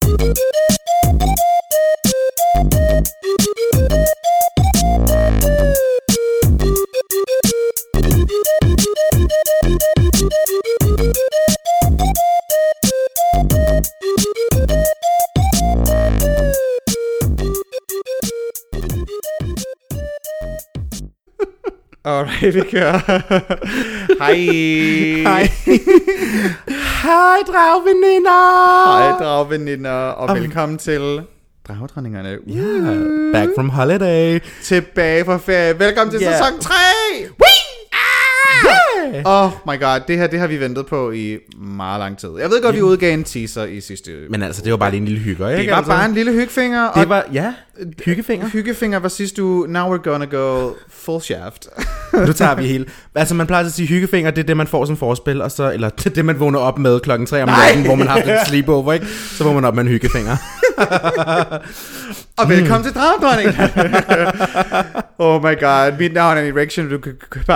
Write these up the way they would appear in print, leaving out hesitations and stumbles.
Alright, vi kører. Hej. Hej, dragveninder. Hej, dragveninder, og velkommen til Dragdronningerne. Back from holiday. Tilbage fra ferie. Velkommen til sæson 3. Oh my god, det har vi ventet på i meget lang tid. Jeg ved godt, vi udgav en teaser i sidste uge. Men altså, det var bare lige en lille hygge, ikke? Det var bare en lille hyggefinger. Det var, hyggefinger. Hyggefinger var sidste uge. Now we're gonna go full shaft. Nu tager vi hele. Altså, man plejer at sige hyggefinger, det er det, man får som forspil, og så, eller det er det, man vågner op med 3:00 om natten, hvor man har haft et sleepover, ikke? Så vågner man op med en hyggefinger. Og velkommen til Dragdronningen. Oh my god, mit navn er Erection, du kan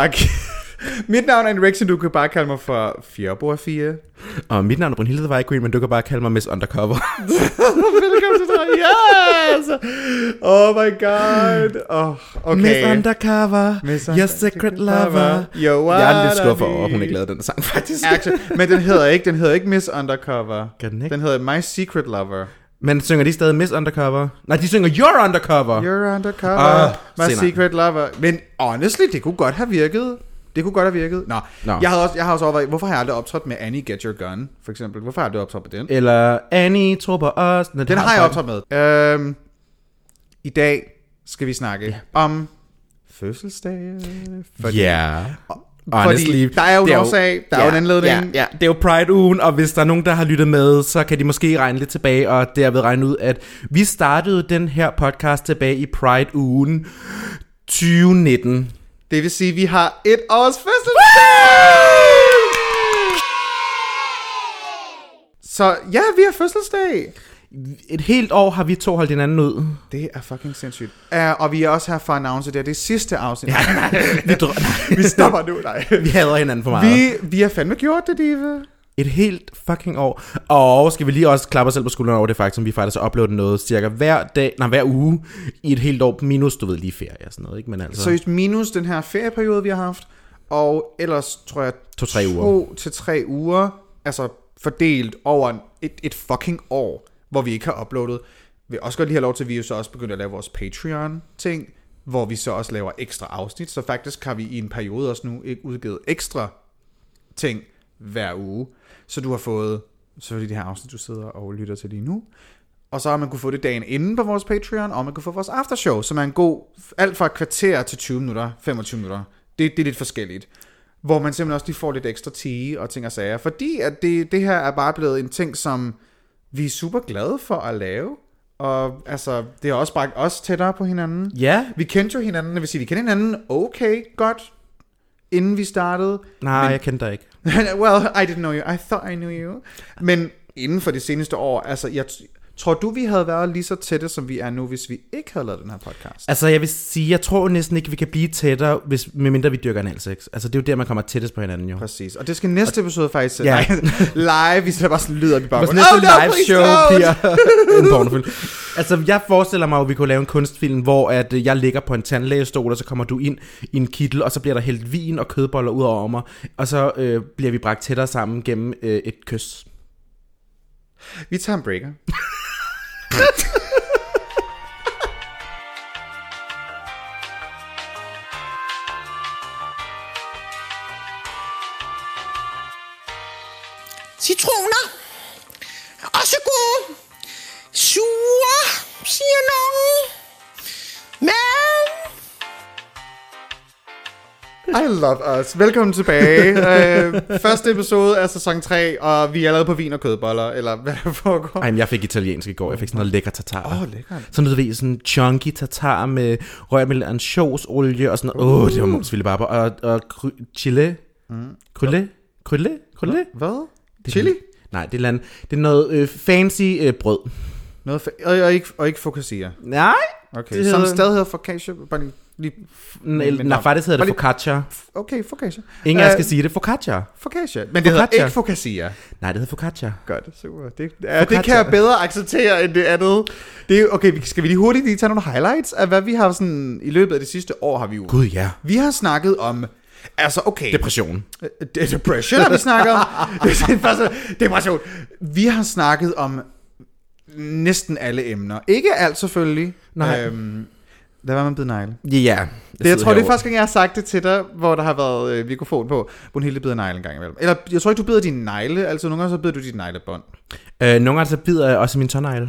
bare kalde mig for Fjerborg-Fie. Og mit navn er Brunhilde Vej Queen, men du kan bare kalde mig Miss Undercover. Velkommen til Dragdronningen. Yes! Oh my god. Okay. Miss Undercover, your secret lover. Jeg er lidt skuffet over, at hun ikke lavede den sang, faktisk. Actually, men den hedder ikke Miss Undercover. Den ikke? Den hedder My Secret Lover. Men synger de stadig Miss Undercover? Nej, de synger You're Undercover. You're Undercover, My senere. Secret Lover. Men honestly, det kunne godt have virket. Nå. Jeg har også overvejet, hvorfor har jeg aldrig optrådt med Annie Get Your Gun, for eksempel? Hvorfor har jeg aldrig optrådt med den? Eller Annie tror på os. Den har jeg optrådt med. I dag skal vi snakke om fødselsdage. Fordi der er jo en årsag, der er jo en anledning. Ja, det er jo Pride-ugen, og hvis der er nogen, der har lyttet med, så kan de måske regne lidt tilbage, og derved regne ud, at vi startede den her podcast tilbage i Pride-ugen 2019. Det vil sige, at vi har 1 års fødselsdag! Så ja, vi har fødselsdag. Et helt år har vi 2 holdt hinanden ud. Det er fucking sindssygt. Og vi er også her for at announce det. Det er sidste afsnit. Vi stopper nu, nej. Vi hader hinanden for meget. Vi har fandme gjort det, Diva. Et helt fucking år. Og skal vi lige også klappe os selv på skulderen over det faktum, vi faktisk har uploadet noget cirka hver uge i et helt år, minus, du ved, lige ferie og sådan noget, ikke? Men altså... Seriøst, minus den her ferieperiode, vi har haft, og ellers tror jeg 2-3 uger. 2 til 3 uger, altså fordelt over et fucking år, hvor vi ikke har uploadet. Vi også godt lige have lov til, at vi jo så også begyndt at lave vores Patreon-ting, hvor vi så også laver ekstra afsnit, så faktisk har vi i en periode også nu ikke udgivet ekstra ting hver uge. Så du har fået selvfølgelig de her afsnit, du sidder og lytter til lige nu. Og så har man kunne få det dagen inden på vores Patreon, og man kunne få vores aftershow, som er en god, alt fra et kvarter til 20 minutter, 25 minutter. Det er lidt forskelligt. Hvor man simpelthen også lige får lidt ekstra tige og ting og sager. Fordi at det her er bare blevet en ting, som vi er super glade for at lave. Og altså, det har også bragt os tættere på hinanden. Ja. Vi kendte jo hinanden, det vil sige, vi kendte hinanden okay godt, inden vi startede. Nej, jeg kendte dig ikke. Well, I didn't know you. I thought I knew you. Men inden for det seneste år, altså, tror du, vi havde været lige så tætte, som vi er nu, hvis vi ikke havde lavet den her podcast? Altså, jeg vil sige, jeg tror næsten ikke, vi kan blive tættere, medmindre vi dyrker analsex. Altså, det er jo der, man kommer tættest på hinanden, jo. Præcis. Og det skal næste episode faktisk live, hvis det bare sådan lyder, vi bare... Vores næste live show bliver en pornofilm. Altså, jeg forestiller mig, at vi kunne lave en kunstfilm, hvor at jeg ligger på en tandlægestol, og så kommer du ind i en kittel, og så bliver der hældt vin og kødboller ud over mig, og så bliver vi bragt tættere sammen gennem et kys. Vi tager en breaker. Citroner. Også gode. Sure, siger nogen. Men... I love us. Velkommen tilbage. Første episode af sæson 3, og vi er allerede på vin og kødboller, eller hvad der foregår. Ej, men jeg fik italiensk i går. Jeg fik sådan noget lækker tartar. Lækkert. Sådan noget, du ved, sådan chunky tartar med rørt med ansjosolie og sådan noget. Det var momsfilibabber. Og chile. Krølle? Hvad? Chili? Nej, det er noget fancy brød. Og ikke focaccia. Nej. Okay, som stadig hedder focaccia. Faktisk hedder det focaccia. Okay, focaccia. Ingen af skal sige det. Focaccia. Focaccia. Men det hedder ikke focaccia. Nej, det hedder focaccia. Godt, super. Det kan jeg bedre acceptere end det andet. Det er, okay, skal vi lige tage nogle highlights af, hvad vi har sådan... I løbet af det sidste år har vi jo... Gud, ja. Vi har snakket om... Altså, okay. Depression. Depression har vi snakket om. Depression. Vi har snakket om næsten alle emner. Ikke alt selvfølgelig. Nej. Lad være med at bide negle. Ja. Jeg tror, det er første gang, jeg har sagt det til dig, hvor der har været mikrofon på. Brunhilde bider negle en gang imellem. Eller jeg tror ikke, du bider dine negle. Altså nogle gange så bider du dit neglebånd. Nogle gange så bider jeg også min tånegle.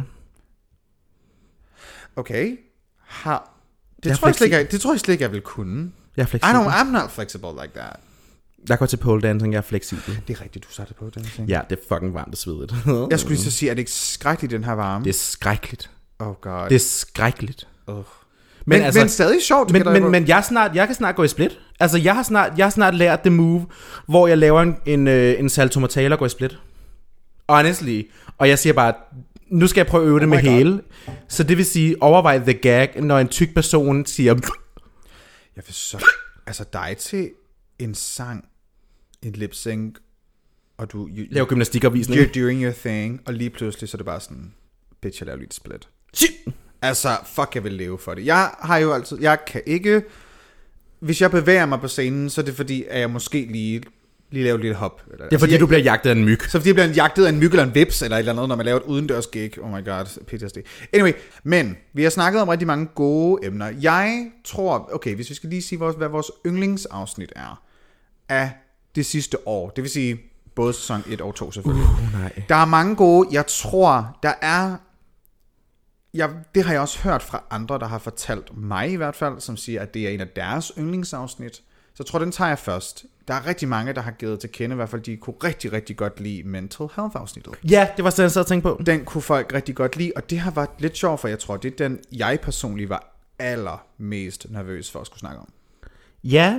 Okay. Det tror jeg slet ikke, jeg vil kunne. Jeg er fleksibel. I'm not flexible like that. Jeg går til pole dancing, jeg er fleksibel. Det er rigtigt, du startede pole dancing. Ja, det er fucking varmt og svedigt. Jeg skulle lige så sige, at det ikke skrækkeligt, den her varme? Det er skrækkeligt. Oh god. Det er skrækkeligt. Men stadig sjovt. Men jeg kan snart gå i split. Altså, jeg har snart lært det move, hvor jeg laver en salto mortale og går i split. Honestly. Og jeg siger bare, nu skal jeg prøve at øve det med hele. Så det vil sige, overvej the gag, når en tyk person siger... Jeg vil så... Altså dig til en sang, en lip-sync, og du... laver gymnastikopvisning. You're doing your thing, og lige pludselig så er det bare sådan... Bitch, jeg laver lige et split. Altså, fuck, jeg vil leve for det. Jeg har jo altid... Jeg kan ikke... Hvis jeg bevæger mig på scenen, så er det fordi, at jeg måske lige laver lidt hop. Eller, det er fordi, du bliver jagtet af en myg. Så fordi jeg bliver jagtet af en myg eller en vips, eller et eller andet, når man laver et udendørs gig. Oh my god, PTSD. Anyway, men vi har snakket om rigtig mange gode emner. Jeg tror... Okay, hvis vi skal lige sige, hvad vores yndlingsafsnit er af det sidste år. Det vil sige, både sæson 1 og 2 selvfølgelig. Nej. Der er mange gode. Jeg tror, der er... det har jeg også hørt fra andre, der har fortalt mig i hvert fald, som siger, at det er en af deres yndlingsafsnit. Så jeg tror, den tager jeg først. Der er rigtig mange, der har givet til kende, i hvert fald de kunne rigtig, rigtig godt lide Mental Health-afsnittet. Ja, det var sådan, jeg sad og tænkte på. Den kunne folk rigtig godt lide, og det har været lidt sjovt, for jeg tror, det er den, jeg personligt var allermest nervøs for at skulle snakke om. Ja,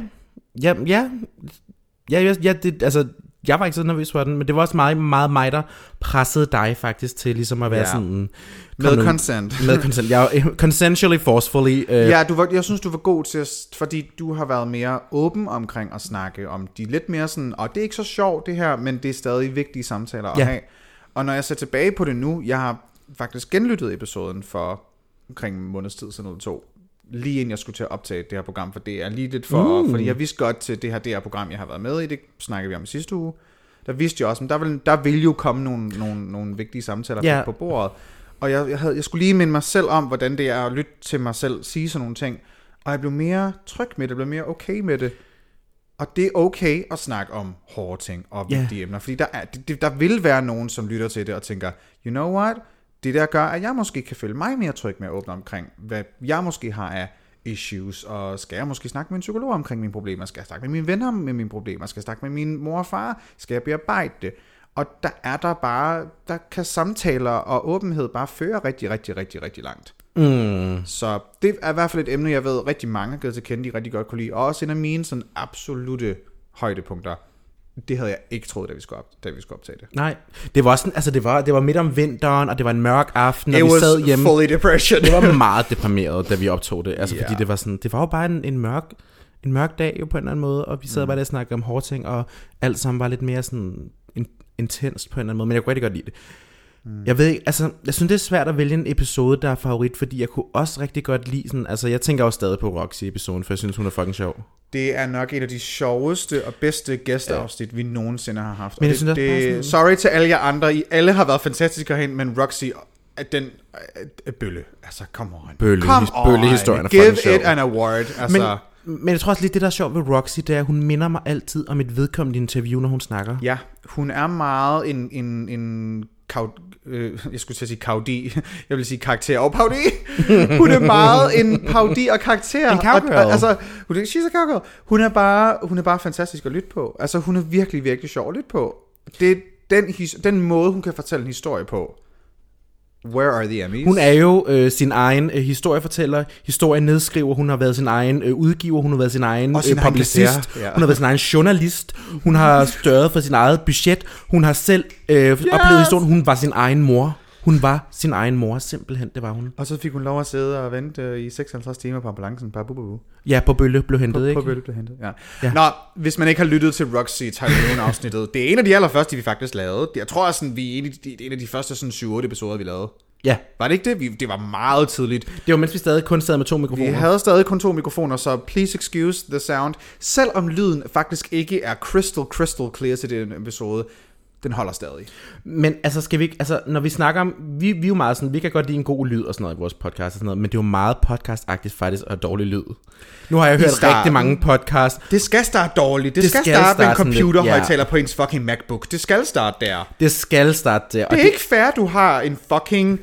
det, altså... Jeg var ikke så nervøs for den, men det var også meget, meget mig, der pressede dig faktisk til ligesom at være sådan... Med consent. Med consent. Jeg consensually, forcefully. Jeg synes, du var god til, fordi du har været mere åben omkring at snakke om de lidt mere sådan, og det er ikke så sjovt det her, men det er stadig vigtige samtaler at have. Og når jeg ser tilbage på det nu, jeg har faktisk genlyttet episoden for omkring en måneds tid, sådan noget 2, lige inden jeg skulle til at optage det her program, for det er lige lidt for, fordi jeg vidste godt til det her program, jeg har været med i, det snakkede vi om i sidste uge, der vidste jeg også, men der vil jo komme nogle vigtige samtaler på bordet, og jeg skulle lige minde mig selv om, hvordan det er at lytte til mig selv, sige sådan nogle ting, og jeg blev mere tryg med det, jeg blev mere okay med det, og det er okay at snakke om hårde ting og vigtige emner, fordi der vil være nogen, som lytter til det og tænker, you know what, det der gør, at jeg måske kan føle mig mere tryg med at åbne omkring, hvad jeg måske har af issues, og skal jeg måske snakke med en psykolog omkring mine problemer, skal jeg snakke med mine venner med mine problemer, skal jeg snakke med min mor og far, skal jeg bearbejde det, og der kan samtaler og åbenhed bare føre rigtig, rigtig, rigtig, rigtig langt. Så det er i hvert fald et emne, jeg ved rigtig mange har givet til kende, de rigtig godt kunne lide, og også en af mine sådan absolute højdepunkter. Det havde jeg ikke troet, da vi skulle optage det. Nej, det var sådan, altså det var midt om vinteren, og det var en mørk aften, og vi sad hjemme. Fully depression. Det var meget deprimeret, da vi optog det, altså fordi det var sådan, det var jo bare en mørk dag jo på en eller anden måde, og vi sad bare der og snakkede om hårde ting, og alt sammen var lidt mere sådan intenst på en eller anden måde, men jeg kunne rigtig godt lide det. Jeg ved ikke, altså, jeg synes det er svært at vælge en episode, der er favorit, fordi jeg kunne også rigtig godt lide sådan, altså jeg tænker også stadig på Roxy-episoden, for jeg synes hun er fucking sjov. Det er nok en af de sjoveste og bedste gæsteafsnit, vi nogensinde har haft. Men sorry til alle jer andre, I alle har været fantastiske herhen, men Roxy, den bølle, altså come on. Bølle-historien er fucking sjov. Give it an award, altså. Men jeg tror også lidt, det der er sjovt ved Roxy, det er, at hun minder mig altid om et vedkommende interview, når hun snakker. Ja, hun er meget en jeg skulle til at sige kaudi. Jeg vil sige karakter og paudi. Hun er meget en paudi og karakter. En cowgirl. Altså, she's a cowgirl. Hun er bare fantastisk at lytte på. Altså, hun er virkelig, virkelig sjov at lytte på. Det er den måde, hun kan fortælle en historie på. Where are the Emmys? Hun er jo sin egen historiefortæller, historienedskriver, hun har været sin egen udgiver, hun har været sin egen publicist, hun har været sin egen journalist, hun har størret for sin eget budget, hun har selv oplevet historien, hun var sin egen mor. Hun var sin egen mor, simpelthen, det var hun. Og så fik hun lov at sidde og vente i 56 timer på ambulancen. Bare bububu. Ja, på Bølle blev hentet, ikke? På Bølle blev hentet, ja. Nå, hvis man ikke har lyttet til Roxy Typhoon-afsnittet, det er en af de allerførste, vi faktisk lavede. Jeg tror, at vi er en af de første 7-8 episoder, vi lavede. Ja. Var det ikke det? Det var meget tidligt. Det var mens vi stadig kun sad med 2 mikrofoner. Vi havde stadig kun 2 mikrofoner, så please excuse the sound. Selvom lyden faktisk ikke er crystal clear til den episode, den holder stadig. Men altså skal vi ikke, altså når vi snakker om, vi er jo meget sådan, vi kan godt lide en god lyd og sådan noget i vores podcast og sådan noget, men det er jo meget podcastagtigt faktisk at have dårlig lyd. Nu har jeg hørt rigtig mange podcasts. Det skal starte dårligt. Det skal starte med en computerhøjtaler på ens fucking MacBook. Det skal starte der. Det skal starte der. Det er ikke fair, du har en fucking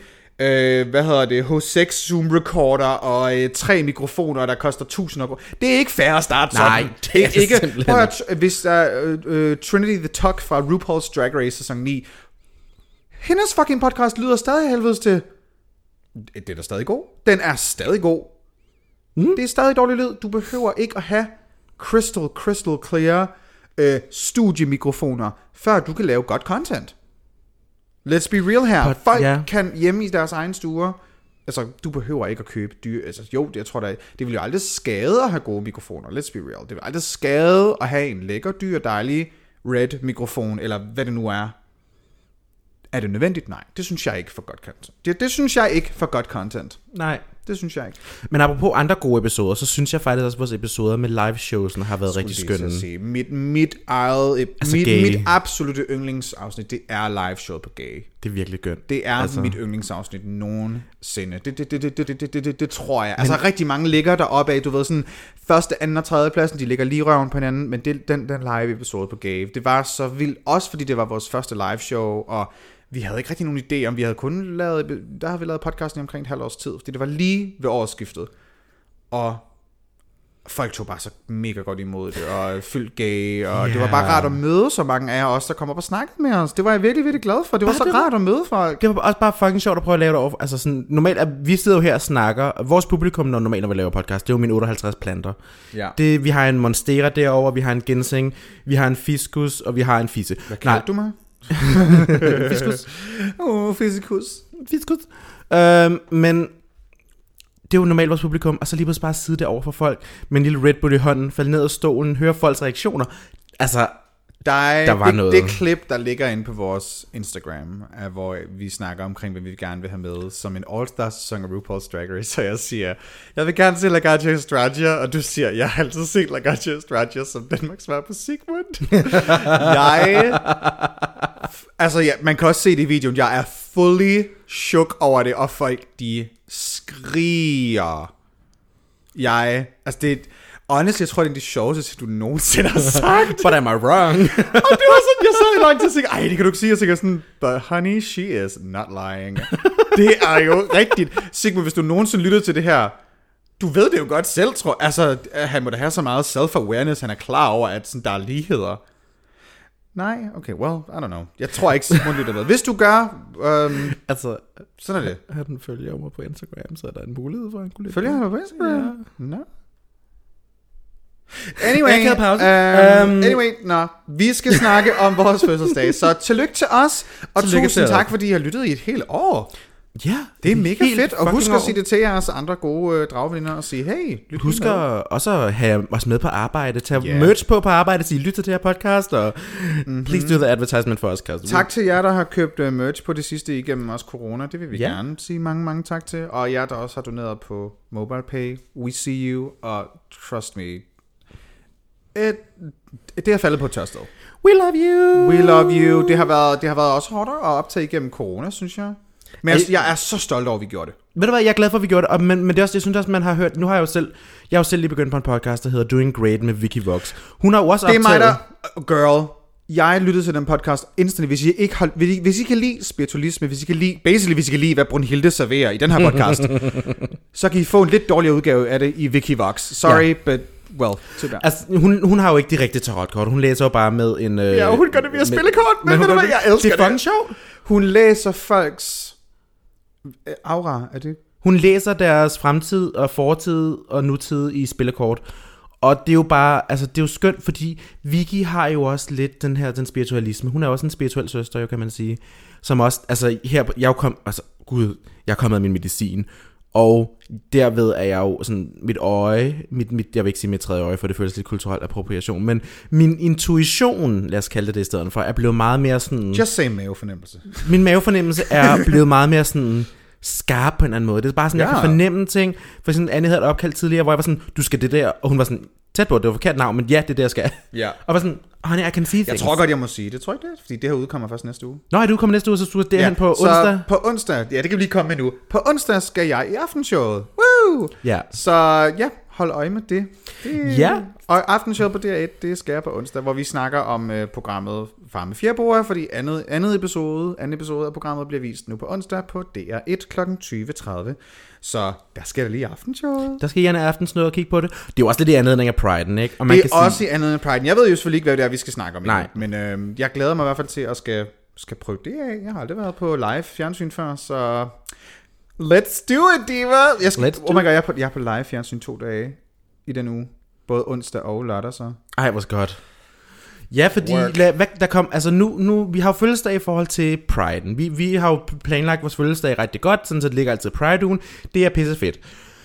H6 Zoom recorder og 3 mikrofoner, der koster 1000 €. Det er ikke fair at starte sådan. Nej, det er ikke. Prøv at, hvis Trinity the Tuck fra RuPaul's Drag Race sæson 9, hendes fucking podcast lyder stadig helvedes til. Det er da stadig god. Den er stadig god. Det er stadig dårlig lyd. Du behøver ikke at have crystal clear studiemikrofoner, før du kan lave godt content. Let's be real her. Folk kan hjemme i deres egen stuer. Altså, du behøver ikke at købe dyre. Altså, jo, jeg tror det vil jo aldrig skade at have gode mikrofoner. Let's be real. Det vil aldrig skade at have en lækker, dyr, dejlig red mikrofon, eller hvad det nu er. Er det nødvendigt? Nej, det synes jeg ikke for godt content. Det synes jeg ikke for godt content. Nej. Det synes jeg ikke. Men apropos andre gode episoder, så synes jeg faktisk også, at vores episoder med live-showsen har været rigtig skønne. Mit absolutte yndlingsafsnit, det er live-showet på Gay. Det er virkelig skønt. Det er mit yndlingsafsnit nogensinde. Det tror jeg. Altså rigtig mange ligger deroppe af, du ved sådan, første, anden og tredje pladsen, de ligger lige røven på hinanden, men den live episode på Gay, det var så vildt, også fordi det var vores første live-show, og vi havde ikke rigtig nogen idé om, vi havde kun lavet, der har vi lavet podcasten i omkring et halvt års tid, fordi det var lige ved årsskiftet. Og folk tog bare så mega godt imod det, og fyldt Gay, og det var bare rart at møde så mange af os, der kom op og snakkede med os. Det var jeg virkelig, virkelig glad for. Det var så rart at møde folk. Det var også bare fucking sjovt at prøve at lave det over. Altså sådan, normalt er vi sidder jo her og snakker. Vores publikum, når vi laver podcast, det er jo mine 58 planter. Ja. Vi har en monstera derovre, vi har en ginseng, vi har en fiskus, og vi har en fisse. Hvad kaldte du mig? Fiskus. Fiskus. Men det er jo normalt vores publikum, og så lige pludselig bare sidde derovre for folk med en lille Red Bull i hånden, falde ned af stolen, høre folks reaktioner. Altså, der var noget. Det klip, der ligger inde på vores Instagram, hvor vi snakker omkring, hvad vi gerne vil have med, som en all-star sæson af RuPaul's Drag Race, så jeg siger, jeg vil gerne se Lagacia Estradia, og du siger, jeg har altid set Lagacia Estradia som Danmarks svar på Sigmund. Man kan også se det i videoen, jeg er fully shook over det, og folk, de skriger. Honestly, jeg tror, det er det sjoveste, du nogensinde har sagt. But am I wrong? Og det var sådan, jeg sad i lang tid og tænkte, ej, det kan du ikke sige. Og så tænkte sådan, but honey, she is not lying. Det er jo rigtigt. Sigmund, hvis du nogensinde lytter til det her, du ved det jo godt selv, tror jeg. Altså, han må da have så meget self-awareness, han er klar over, at sådan, der er ligheder. Nej, okay, well, I don't know. Jeg tror ikke, Sigmund lytter med. Hvis du gør, altså, sådan er det. Han følger mig på Instagram, så er der en mulighed for, at han kunne lytte. Følger han mig på Instagram? Ja. No. Anyway, vi skal snakke om vores fødselsdag. Så tillykke til os, og tusind tak, fordi I har lyttet i et helt år. Ja, det er mega fedt. Og husk at sige det til jeres andre gode dragveninder og sige, hey, lyt. Husk også at have os med på arbejde. Tag merch på arbejde, sige lyt til det her podcast, og please do the advertisement for os. Tak til jer, der har købt merch på det sidste igennem også corona. Det vil vi gerne sige mange tak til. Og jer, der også har doneret på MobilePay. We see you, og trust me, det har faldet på tørsted. We love you. Det har været også hårdt at optage igennem corona, synes jeg. Men jeg er så stolt over, at vi gjorde det. Ved du hvad, jeg er glad for, at vi gjorde det. Men det er også, jeg synes også, man har hørt. Nu har jeg jo selv lige begyndt på en podcast, der hedder Doing Great med Vicky Vox. Hun har jo også optaget. Det er mig, der... Girl, jeg lyttede til den podcast instantly. Hvis I kan lide spiritualisme, hvis I kan lide, hvad Brunhilde serverer i den her podcast, så kan I få en lidt dårligere udgave af det i Vicky Vox. Sorry, but... Well, altså, hun har jo ikke de rigtige tarotkort. Hun læser jo bare med en... ja, hun gør det via spillekort, men ved du hvad, jeg elsker det. Det er fucking sjovt. Hun læser folks aura, er det? Hun læser deres fremtid og fortid og nutid i spillekort. Og det er jo bare, altså det er jo skønt, fordi Vicky har jo også lidt den spiritualisme. Hun er også en spirituel søster, jo, kan man sige. som også, altså her, jeg er kommet af min medicin, og derved er jeg jo sådan, mit øje, jeg vil ikke sige mit tredje øje, for det føles lidt kulturel appropriation, men min intuition, lad os kalde det i stedet for, er blevet meget mere sådan... Just say mavefornemmelse. Min mavefornemmelse er blevet meget mere sådan skarp på en anden måde. Det er bare sådan, jeg kan fornemme ting. For sådan, Annie havde et opkald tidligere, hvor jeg var sådan, du skal det der, og hun var sådan, tæt på, det var forkert navn, men ja, det er det, jeg skal. Ja. Og var sådan, honey, I can see things. Jeg tror godt, jeg må sige det. Tror ikke det? Fordi det her udkommer først næste uge. Nå, er du kommer næste uge, så du er derhen på onsdag? På onsdag, ja, det kan vi lige komme med nu. På onsdag skal jeg i aftenshowet. Woo! Ja. Så ja, hold øje med det. Ja. Og aftenshowet på DR1, det skal på onsdag, hvor vi snakker om programmet Far med fjerboer, fordi anden episode af programmet bliver vist nu på onsdag på DR1 kl. 20.30. Så der skal der lige aftenshowet. Der skal I gerne aftensnød og kigge på det. Det er jo også lidt i anledning af Pride'en, ikke? Og man det er kan også sige... i anledning af Pride'en. Jeg ved jo selvfølgelig ikke, hvad det er, vi skal snakke om. Nej. Men jeg glæder mig i hvert fald til at skal prøve det af. Jeg har aldrig været på live fjernsyn før, så... Let's do it, diva! Oh my god, jeg er på live fjernsyn 2 dage i den uge. Både onsdag og lørdag, så. Ej, hvor godt. Ja, fordi der kom, altså nu vi har jo fødselsdag i forhold til Pride'en. Vi har jo planlagt vores fødselsdag rigtig godt, sådan så det ligger altid Pride-ugen. Det er pissefedt.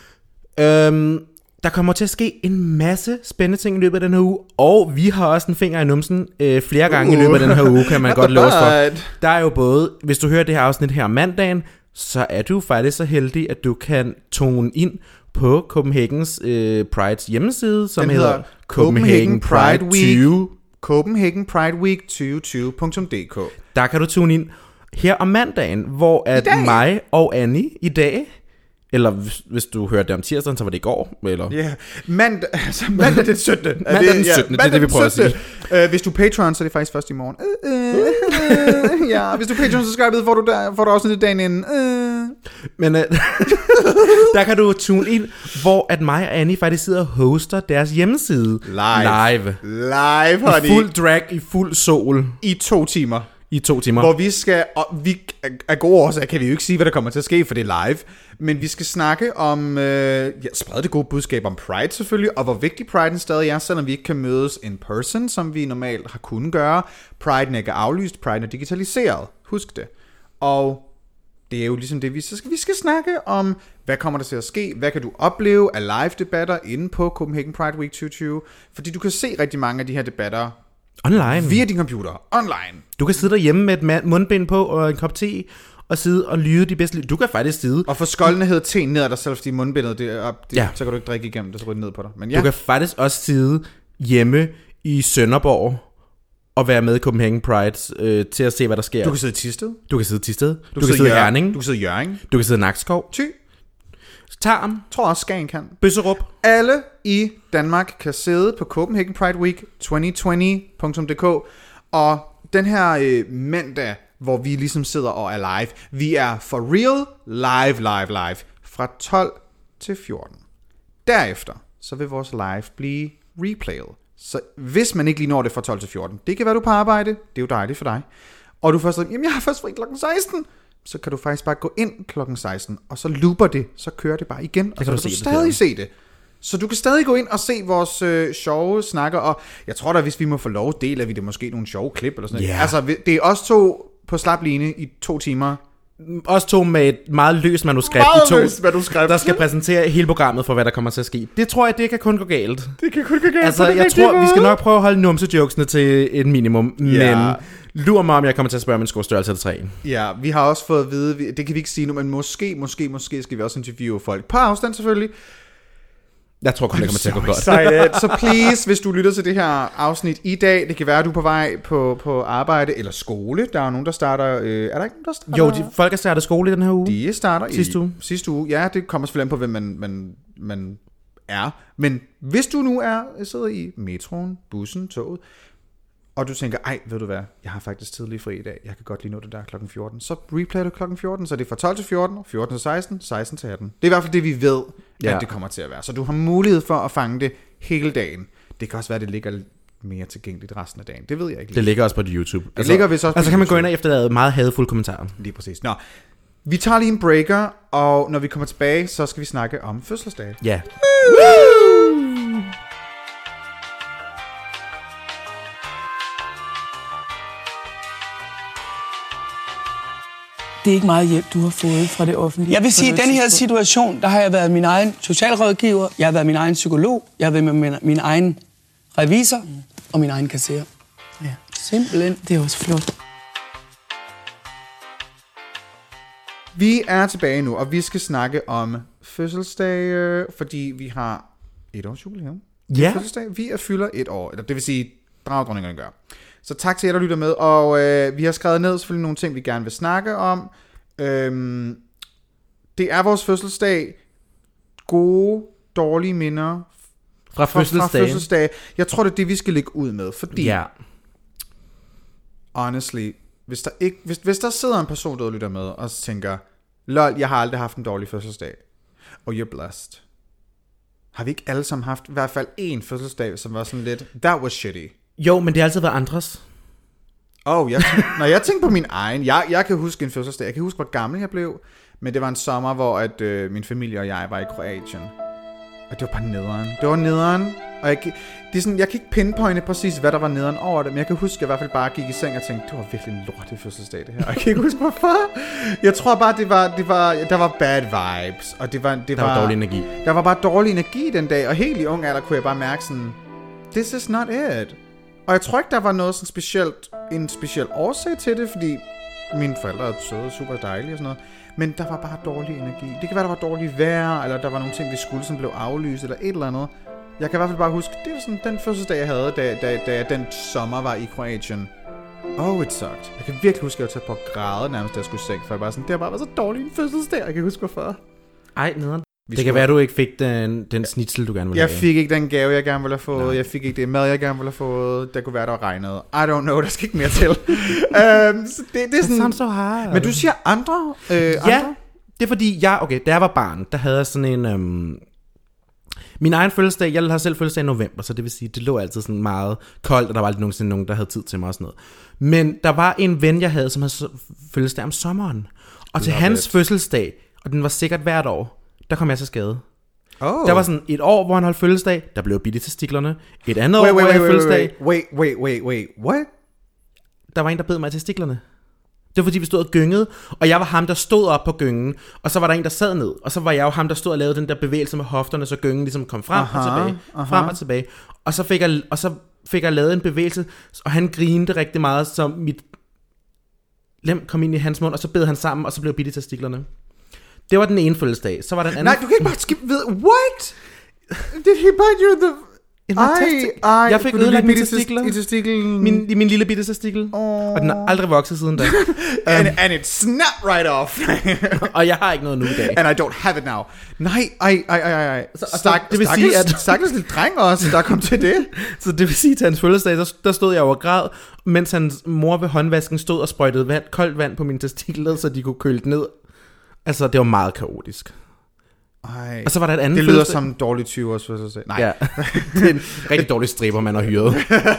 Der kommer til at ske en masse spændende ting i løbet af den her uge, og vi har også en finger i numsen flere gange i løbet af den her uge, kan man godt love for. Der er jo både, hvis du hører det her afsnit her om mandagen, så er du faktisk så heldig, at du kan tone ind på Copenhagens Prides hjemmeside, som hedder Copenhagen Pride Week. Copenhagen Pride Week 2020.dk. Der kan du tune ind her om mandagen, hvor at mig og Annie i dag, eller hvis du hørte det om tirsdagen, så var det i går, eller? Ja, yeah. mandag den 17. Mandag den 17, det er det, vi prøver at sige. Hvis du er Patreon, så er det faktisk først i morgen. Ja, hvis du er Patreon-subscribet, får du også lidt dagen inden. Men der kan du tune ind, hvor at mig og Annie faktisk sidder og hoster deres hjemmeside. Live, honey. I fuld drag, i fuld sol. I 2 timer. Hvor vi skal, og vi af gode årsager kan vi jo ikke sige, hvad der kommer til at ske, for det er live. Men vi skal snakke om, sprede det gode budskab om Pride selvfølgelig, og hvor vigtig Pride'en stadig er, selvom vi ikke kan mødes in person, som vi normalt har kunnet gøre. Pride'en er ikke aflyst, Pride'en er digitaliseret. Husk det. Og det er jo ligesom det, vi skal snakke om, hvad kommer der til at ske, hvad kan du opleve af live-debatter inde på Copenhagen Pride Week 2020, fordi du kan se rigtig mange af de her debatter online. Via din computer. Online. Du kan sidde derhjemme med et mundbind på og en kop te, og sidde og lyde de bedste. Du kan faktisk sidde. Og få skoldenhed te ned af dig selv, fordi mundbindet så kan du ikke drikke igennem, det så ryger ned på dig. Men ja. Du kan faktisk også sidde hjemme i Sønderborg og være med i Copenhagen Pride til at se, hvad der sker. Du kan sidde i Thisted. Du kan sidde i Herning. Du kan sidde i Hjørring. Du kan sidde i Nakskov. Thy. Tarm. Tror også Skagen kan. Bøsserup. Alle i Danmark kan sidde på Copenhagen Pride Week 2020.dk. Og den her mandag, hvor vi ligesom sidder og er live, vi er for real live fra 12 til 14. Derefter så vil vores live blive replayet. Så hvis man ikke lige når det fra 12 til 14, det kan være du på arbejde, det er jo dejligt for dig. Og du først siger, jamen jeg har først fri klokken 16, så kan du faktisk bare gå ind klokken 16, og så looper det, så kører det bare igen, og så kan du stadig se det. Så du kan stadig gå ind og se vores sjove snakker, og jeg tror da, hvis vi må få lov, deler vi det måske nogle sjove klip eller sådan noget. Altså, det er os 2 på slapline i 2 timer. Os 2 med et meget løst manuskript der skal præsentere hele programmet for, hvad der kommer til at ske. Det tror jeg, det kan kun gå galt. Det kan kun gå galt. Altså, jeg tror, vi skal nok prøve at holde numsejokesene til et minimum, men lurer mig, om jeg kommer til at spørge min skostørrelse eller 3. Ja, vi har også fået at vide, det kan vi ikke sige nu, men måske skal vi også interviewe folk på afstand selvfølgelig. Jeg tror kun, det kommer til at gå godt. Så please, hvis du lytter til det her afsnit i dag, det kan være, at du er på vej på arbejde eller skole. Der er nogen, der starter... er der ikke nogen, der starter? Jo, folk har startet skole i den her uge. De starter sidste uge. Ja, det kommer selvfølgelig an på, hvem man er. Men hvis du nu sidder i metroen, bussen, toget, og du tænker, ej, ved du hvad, jeg har faktisk tidlig fri i dag, jeg kan godt lige nå det der klokken 14, så replay du klokken 14, så det er fra 12 til 14, 14 til 16, 16 til 18. Det er i hvert fald det, vi ved, at det kommer til at være. Så du har mulighed for at fange det hele dagen. Det kan også være, at det ligger mere tilgængeligt resten af dagen. Det ved jeg ikke lige. Det ligger også på YouTube. Det ligger vist også på kan man gå ind og efterlade meget hadefulde kommentarer. Lige præcis. Nå, vi tager lige en breaker, og når vi kommer tilbage, så skal vi snakke om fødselsdag. Ja. det er ikke meget hjælp, du har fået fra det offentlige. Jeg vil sige, at i den her situation, der har jeg været min egen socialrådgiver, jeg har været min egen psykolog, jeg har været med min egen revisor og min egen kasserer. Ja. Simpelthen. Det er også flot. Vi er tilbage nu, og vi skal snakke om fødselsdage, fordi vi har et års jubilæum. Ja. Fødselsdag. Vi er fylder et år, eller det vil sige, dragdronningerne gør. Så tak til jer, der lytter med, og vi har skrevet ned selvfølgelig nogle ting, vi gerne vil snakke om. Det er vores fødselsdag. Gode, dårlige minder Fra fødselsdag. Jeg tror, det er det, vi skal lægge ud med, fordi Ja. honestly, hvis der sidder en person, der lytter med, og tænker, lol, jeg har aldrig haft en dårlig fødselsdag, og you're blessed. Har vi ikke alle sammen haft i hvert fald én fødselsdag, som var sådan lidt, that was shitty? Jo, men det har altid været andres. Når jeg tænker på min egen, jeg kan huske en fødselsdag, jeg kan huske, hvor gammel jeg blev, men det var en sommer, hvor at, min familie og jeg var i Kroatien. Og det var bare nederen. Det var nederen, og det er sådan, jeg kan ikke pinpointe præcis, hvad der var nederen over det, men jeg kan huske, at jeg i hvert fald bare gik i seng og tænkte, det var virkelig en lortet fødselsdag det her. Jeg kan ikke huske, hvorfor. Jeg tror bare, der var bad vibes, og der var dårlig energi. Der var bare dårlig energi den dag, og helt i ung alder kunne jeg bare mærke sådan, this is not it. Og jeg tror ikke, der var noget sådan en speciel årsag til det, fordi mine forældre er søde, super dejlige og sådan noget. Men der var bare dårlig energi. Det kan være, der var dårligt vejr, eller der var nogle ting, vi skulle, som blev aflyst, eller et eller andet. Jeg kan i hvert fald bare huske, det var sådan den fødselsdag, jeg havde, da jeg den sommer var i Kroatien. Oh, it sucked. Jeg kan virkelig huske, at jeg var tæt på at græde nærmest, da jeg skulle i seng, for jeg bare sådan, det har bare været så dårlig en fødselsdag, jeg kan huske hvorfor. Ej, nederen. Det kan være, du ikke fik den snitsel, du gerne ville have. Jeg fik ikke den gave, jeg gerne ville have fået. Nej. Jeg fik ikke det mad, jeg gerne ville have fået. Der kunne være, der var regnet. I don't know, der skal ikke mere til. Så det er sådan... så hard. Men du siger andre? Ja, andre? det er fordi, da jeg var barn, der havde jeg sådan en... Min egen fødselsdag, jeg har selv fødselsdag i november, så det vil sige, det lå altid sådan meget koldt, og der var aldrig nogensinde nogen, der havde tid til mig og sådan noget. Men der var en ven, jeg havde, som havde fødselsdag om sommeren. Og til hans fødselsdag, og den var sikkert hvert år, der kom jeg til skade. Oh. Der var sådan et år, hvor han holdt fødselsdag, der blev bidt i testiklerne. Et andet år, hvor jeg havde fødselsdag. Wait, what? Der var en, der bed mig i testiklerne. Det var fordi, vi stod og gyngede, og jeg var ham, der stod op på gyngen, og så var der en, der sad ned, og så var jeg jo ham, der stod og lavede den der bevægelse med hofterne, så gyngen ligesom kom frem og tilbage, frem og tilbage. Og så fik jeg lavet en bevægelse, og han grinede rigtig meget, så mit lem kom ind i hans mund, og så bed han sammen, og så blev bidt i testiklerne. Det var den ene fødselsdag. Så var den anden... Nej, du kan ikke bare skifte ved... What? Did he bite you in the... Jeg fik ødelagt mine testikler. I testiklen. Min lille bitte testikel. Og den har aldrig vokset siden da. And it snapped right off. Og jeg har ikke noget nu i dag. And I don't have it now. Nej, ej. Det vil sige, at... Stakkels lille dreng også, der kom til det. Så det vil sige, til hans fødselsdag, der stod jeg over græd, mens hans mor ved håndvasken stod og sprøjtede koldt vand på mine testikler, så de kunne køle det ned. Altså, det var meget kaotisk. Ej, og så var der et andet det lyder som en dårlig 20-års fødselsdag. Nej. Ja. Det er en rigtig dårlig striber, man har hyret.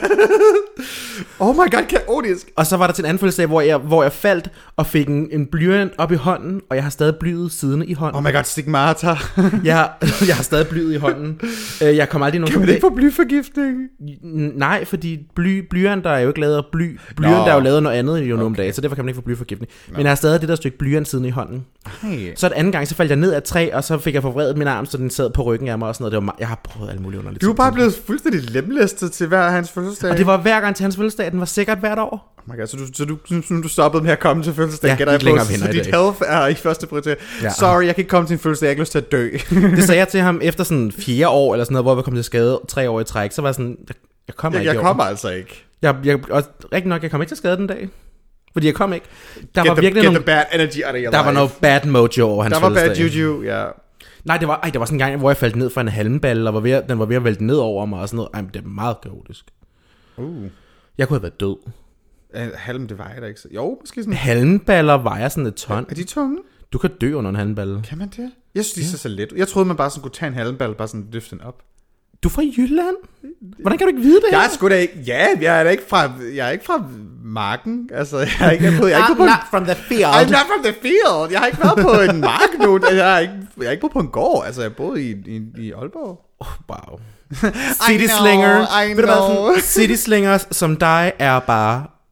Oh my god, kaotisk. Og så var der til en anden fødselsdag, hvor jeg faldt og fik en blyant op i hånden, og jeg har stadig blyet siddende i hånden. Oh my god, stigmata. jeg har stadig blyet i hånden. Jeg kommer aldrig nogen. Kan man ikke få blyforgiftning? Nej, fordi blyanter er jo ikke lavet af bly. Blyant er jo lavet af noget andet jo nogle om dagen, så derfor kan man ikke få blyforgiftning. Men jeg har stadig det der stykke blyant siddende i hånden. Hey. Så et anden gang, så faldt jeg ned af et træ, og så fik jeg forvredet min arm, så den sad på ryggen af mig og sådan noget. Det var jeg har prøvet alle mulige underlige ting. Du er bare blevet fuldstændig lemlæstet til hver hans fødselsdag. Og det var hver gang til hans fødselsdag, den var sikkert hvert år. Oh my god, så du stoppede med at komme til fødselsdag, ja, gætter jeg på, så dit health er i første prioritet. Ja. Sorry, jeg kan ikke komme til en fødselsdag, jeg har ikke lyst til at dø. Det sagde jeg til ham efter sådan 4 år, eller sådan noget, hvor vi kom til skade 3 år i træk, så var jeg sådan, jeg kommer ikke. Jeg kommer altså ikke. Og rigtig nok, jeg kom ikke til skade den dag. Fordi jeg kom ikke. Der var virkelig get the bad energy out of your der life. var noget bad mojo over hans fødselsdag. Der var bad juju, ja. Nej, der var sådan en gang, hvor jeg faldt ned fra en halmballe, og den var ved at vælte ned over mig og sådan noget. Ej, men det er meget kaotisk. Jeg kunne have været død. Halm, det vejer da ikke så. Jo, måske sådan. Halmballer vejer sådan et ton. Er de tunge? Du kan dø under en halmballe. Kan man det? Jeg synes, de er så let. Jeg troede, man bare sådan kunne tage en halmballe, bare sådan løfte den op. Du er fra Jylland? Hvordan kan du ikke vide det? Jeg er sgu da ikke... Ja, jeg er ikke fra marken. Altså, jeg er ikke på... I'm not from the field. I'm not from the field. Jeg har ikke været på en mark nu. Jeg har ikke boet på en gård. Altså, jeg har boet i Aalborg. Wow. City Slinger. I know. City Slingers som dig er bare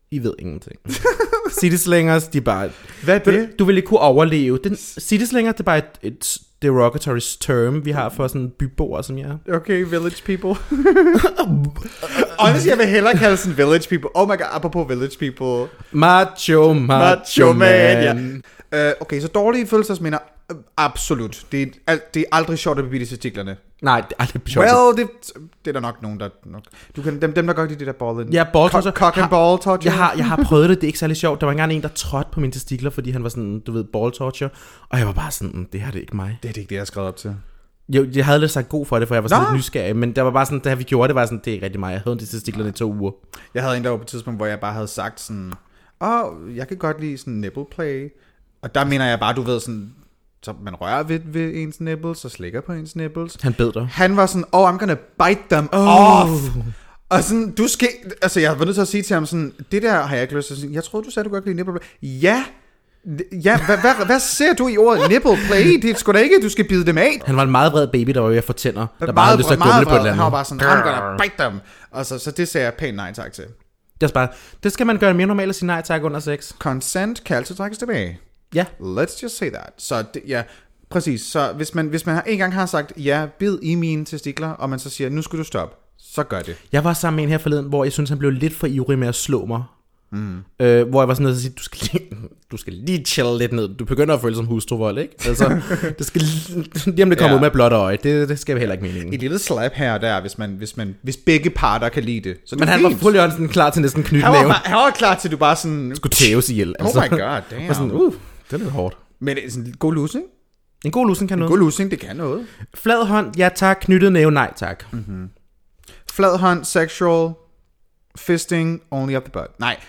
I ved ingenting. City Slingers, de er bare... Hvad er det? Du vil ikke kunne overleve. City Slingers, det er bare et derogatory term, vi har for sådan byboer, som jeg er. Okay, village people. Honestly, jeg vil hellere kalde sådan village people. Oh my god, apropos village people. Macho man. Ja. Okay, så dårlige følelsesminder. Absolut. Det er aldrig sjovt at bebyde testiklerne. Nej, det er aldrig sjovt. Well, det er der nok nogen, der... Du kan, dem der godt lide det der ball. Ja, ball toucher. Cock and ball torture. Jeg har prøvet det er ikke særlig sjovt. Der var engang en, der trådte på mine testikler, fordi han var sådan, du ved, ball torture. Og jeg var bare sådan, det her det er ikke mig. Det er ikke det, jeg har skrevet op til. Jeg havde lidt sagt god for det, for jeg var sådan lidt nysgerrig. Men der var bare sådan, da vi gjorde det, var sådan, det er ikke rigtig mig. Jeg havde de testiklerne i 2 uger. Jeg havde en der var på et tidspunkt, hvor jeg bare havde sagt sådan, jeg kan godt lide sådan nipple play. Og der mener jeg bare, du ved sådan... Så man rører ved ens nipples og slikker på ens nipples. Han bed dig. Han var sådan, I'm gonna bite them off. Og sådan, du skal... Altså, jeg var nødt til at sige til ham sådan, det der har jeg ikke lyst til at sige. Jeg troede, du sagde, du godt kan lide nipple play. Ja, hvad ser du i ordet nipple play? Det er sgu da ikke, du skal bide dem af. Han var en meget vred baby, der var ved at få tænder. Der bare havde lyst til at gumle på et eller andet. Han var bare sådan, I'm gonna bite them. Og så det sagde jeg pænt nej tak til. Det skal man gøre mere normalt at sige nej tak under sex. Consent kan altid trækkes tilbage. Ja. Let's just say that. Så ja, præcis. Så hvis man en gang har sagt, ja, bid i mine testikler, og man så siger, nu skal du stoppe, så gør det. Jeg var sammen med en her forleden, hvor jeg synes han blev lidt for ivrig med at slå mig. Hvor jeg var sådan nødt til at sige, du skal lige chill lidt ned. Du begynder at føle som hustruvold, ikke? Altså, det skal lige om det kommer ud med blåt øje. Det skal vi heller ikke meningen. Et lille slap her og der, hvis begge parter kan lide det. Så men han var fuldstændig klar til næsten knytnæve. Han var klar til, at du bare sådan... skulle tæves ihjel. Altså. Oh my god, damn. Sådan, det er lidt hårdt. Men det er sådan en god losing. En god losing kan noget. En god losing, det kan noget. Flad hånd, ja tak. Knyttet næve, nej tak. Mm-hmm. Flad hånd, sexual... Fisting only up the butt. Nej.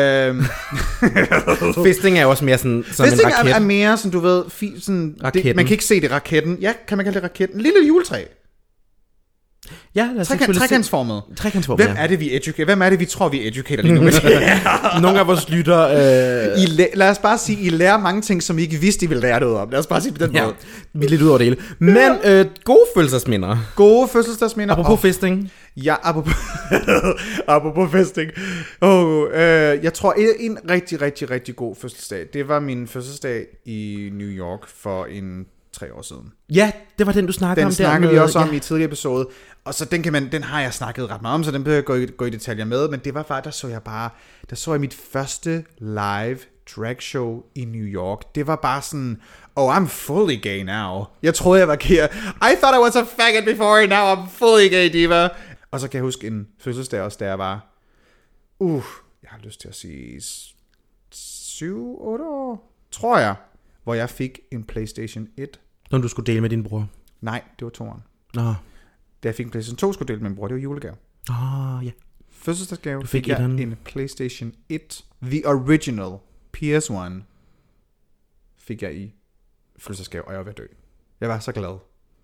Fisting er også mere sådan fisting en raket. Er mere sådan, du ved, sådan, det, man kan ikke se det, raketten. Ja, kan man kalde det raketten? En lille juletræ. Ja, trekantsformet. Hvem er det, vi educater? Hvem er det, vi tror, vi educater lige nu? Nogle af vores lytter... lad os bare sige, I lærer mange ting, som I ikke vidste, I ville lære noget om. Lad os bare sige på den måde. Vi er lidt ud over det hele. Men gode fødselsdagsminder. Gode fødselsdagsminder. Apropos fisting. Ja, apropos fisting. Jeg tror, en rigtig, rigtig, rigtig god fødselsdag, det var min fødselsdag i New York for 3 år siden. Ja, det var den, du snakkede om. Den snakkede vi også om i tidligere episode. Og så den har jeg snakket ret meget om, så den behøver jeg gå i detaljer med. Men det var bare, der så jeg mit første live drag show i New York. Det var bare sådan, I'm fully gay now. Jeg troede, jeg var gay. I thought I was a faggot before, now I'm fully gay diva. Og så kan jeg huske en fødselsdag også, da jeg var, jeg har lyst til at sige 7-8 år, tror jeg, hvor jeg fik en PlayStation 1. Når du skulle dele med din bror? Nej, det var 2'eren. Nå. Da jeg fik en PlayStation 2, skulle dele med min bror, det var julegave. Ja. Fødselsdagsgave fik jeg en PlayStation 1, the original PS1, fik jeg i fødselsdagsgave, og jeg var ved at dø. Jeg var så glad.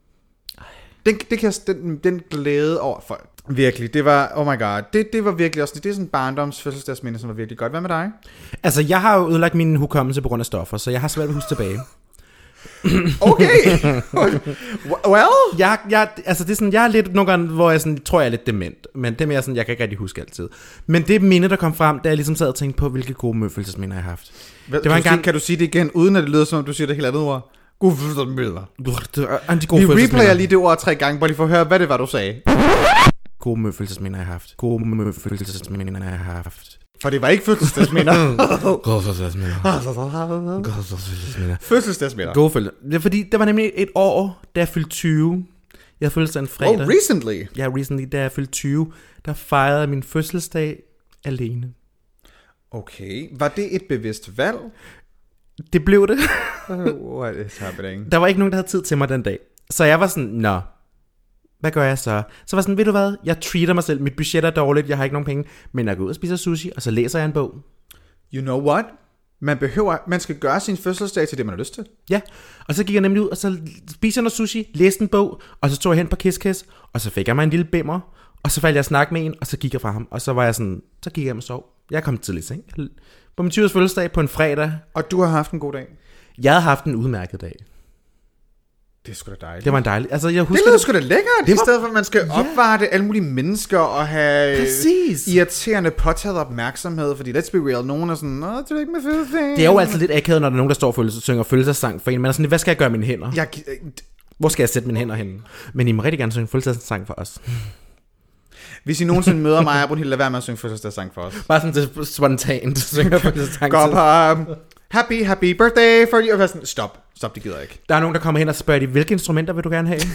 Den glæde over for virkelig, det var, oh my god, det var virkelig også, det er sådan en barndoms fødselsdagsminde, som var virkelig godt. Hvad med dig? Altså, jeg har jo ødelagt min hukommelse på grund af stoffer, så jeg har svært ved at huske tilbage. Okay. Well, altså det er sådan, jeg er lidt nogle gange, hvor jeg sådan, tror jeg er lidt dement, men det er mere sådan, jeg kan ikke rigtig huske altid. Men det minde, der kom frem, da jeg ligesom sad og tænkte på, hvilke gode følelsesminder jeg har haft. Kan du sige det igen, uden at det lyder som om du siger det helt andet ord? Gode følelsesminder. Vi replayer lige det ord 3 gange, bare lige for at høre, hvad det var, du sagde. Gode følelsesminder jeg har haft. For det var ikke fødselsdagsminder. Fødselsdagsminder. Gode følelser. Det er fordi, det var nemlig et år, da jeg fyldte 20. Jeg fyldte sig en fredag. Recently? Ja, recently, da jeg fyldte 20, der fejrede jeg min fødselsdag alene. Okay. Var det et bevidst valg? Det blev det. What is happening? Der var ikke nogen, der havde tid til mig den dag. Så jeg var sådan, hvad gør jeg så? Så var sådan, ved du hvad? Jeg treater mig selv. Mit budget er dårligt. Jeg har ikke nogen penge. Men jeg går ud og spiser sushi, og så læser jeg en bog. You know what? Man skal gøre sin fødselsdag til det, man har lyst til. Ja, og så gik jeg nemlig ud, og så spiser jeg noget sushi, læste en bog, og så tog jeg hen på Kiss, og så fik jeg mig en lille bimmer, og så faldt jeg at snakke med en, og så gik jeg fra ham, og så var jeg sådan, så gik jeg hjem og sov. Jeg kom tidligt i seng. På min 20-års fødselsdag på en fredag. Og du har haft en god dag? Jeg havde haft en udmærket dag. Det er sgu da dejligt. Det var en dejlig... Altså, jeg husker... Det lyder sgu da lækkert, Det i var- stedet for, at man skal opvarte alle mulige mennesker og have Præcis. irriterende påtaget opmærksomhed, fordi let's be real, nogen er sådan, det er ikke med fede. Det er jo altid lidt akavet, når der er nogen, der står og synger følelsessang for en. Man er sådan, hvad skal jeg gøre med mine hænder? Hvor skal jeg sætte mine hænder henne? Men I må rigtig gerne synge fødselsdagssang for os. Hvis I nogensinde møder mig, og Brunhilde, lad være med at synge fødselsdagssang for os. Bare sådan det er spontant synger fødselsdagssang. Gå op, happy birthday for you. Og sådan, stop, det gider jeg ikke. Der er nogen, der kommer hen og spørger dig, hvilke instrumenter vil du gerne have?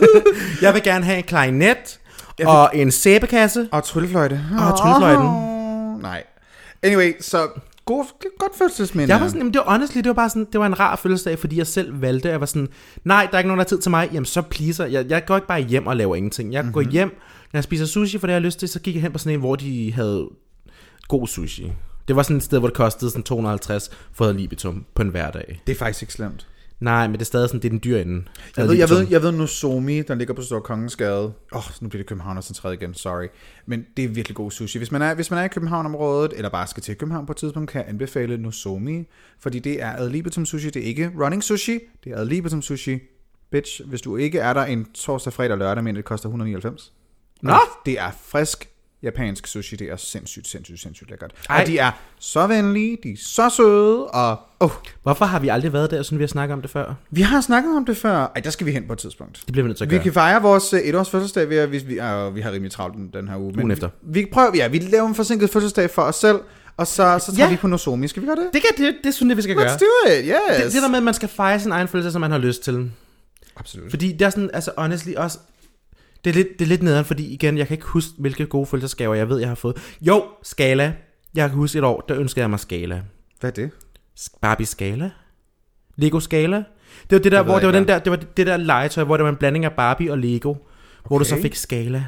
Jeg vil gerne have en klarinet og en sæbekasse. Og tryllefløjte. Og tryllefløjten. Nej. Anyway, så godt fødselsminde. Jeg var sådan, jamen det var honestly, det var bare sådan, det var en rar fødselsdag, fordi jeg selv valgte, jeg var sådan, nej, der er ikke nogen, der har tid til mig, jamen så pleaser, jeg går ikke bare hjem og laver ingenting, jeg går hjem, når jeg spiser sushi, for det jeg har lyst til, så gik jeg hen på sådan en, hvor de havde god sushi. Det var sådan et sted, hvor det kostede sådan 250 for ad libitum på en hverdag. Det er faktisk ikke slemt. Nej, men det er stadig sådan, det er den dyre ende. Jeg ved Nozomi, der ligger på Store Kongensgade. Nu bliver det København og centreret igen, sorry. Men det er virkelig god sushi. Hvis man er i København-området, eller bare skal til København på et tidspunkt, kan jeg anbefale Nozomi. Fordi det er ad libitum sushi, det er ikke running sushi, det er ad libitum sushi. Bitch, hvis du ikke er der en torsdag, fredag og lørdag, men det koster 199. Nå! Det er frisk japansk sushi, det er sindssygt lækkert. Ej. Og de er så venlige, de er så søde, og Hvorfor har vi aldrig været der, sådan vi har snakket om det før? vi har snakket om det før. Der skal vi hen på et tidspunkt. Det bliver vi nødt til at Vi gøre. kan fejre vores etårs fødselsdag ved, at vi har rimelig travlt den her uge. Ugen efter. Vi laver en forsinket fødselsdag for os selv, og så tager vi på Nozomi. Skal vi gøre det? Det synes jeg, vi skal gøre. Let's do it, yes. Det der med, at man skal fejre sin egen følelse, som man har lyst til. Absolut. Fordi det er sådan, altså honestly også, det er lidt nederen, fordi igen, jeg kan ikke huske, hvilke gode fødselsdagsgaver jeg ved, jeg har fået. Jo, Skala. Jeg kan huske et år, der ønskede jeg mig Skala. Hvad er det? Barbie Skala? Lego Skala? Det var det der, hvor det var det der legetøj, hvor det var en blanding af Barbie og Lego, hvor du så fik Skala.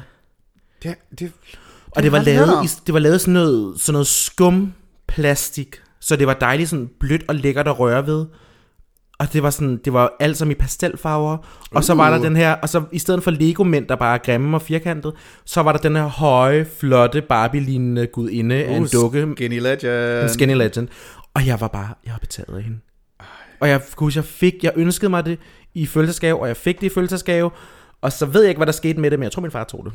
Og det var lavet sådan noget skum plastik, så det var dejligt sådan blødt og lækkert at røre ved. Og det var alt som i pastelfarver. Og så var der den her, og så i stedet for Lego-mænd, der bare er grimme og firkantet, så var der den her høje, flotte Barbie-lignende gudinde af en dukke. Skinny Legend. En Skinny Legend. Og jeg var betaget af hende. Og jeg ønskede mig det i fødselsdagsgave, og jeg fik det i fødselsdagsgave. Og så ved jeg ikke, hvad der skete med det, men jeg tror, min far tog det.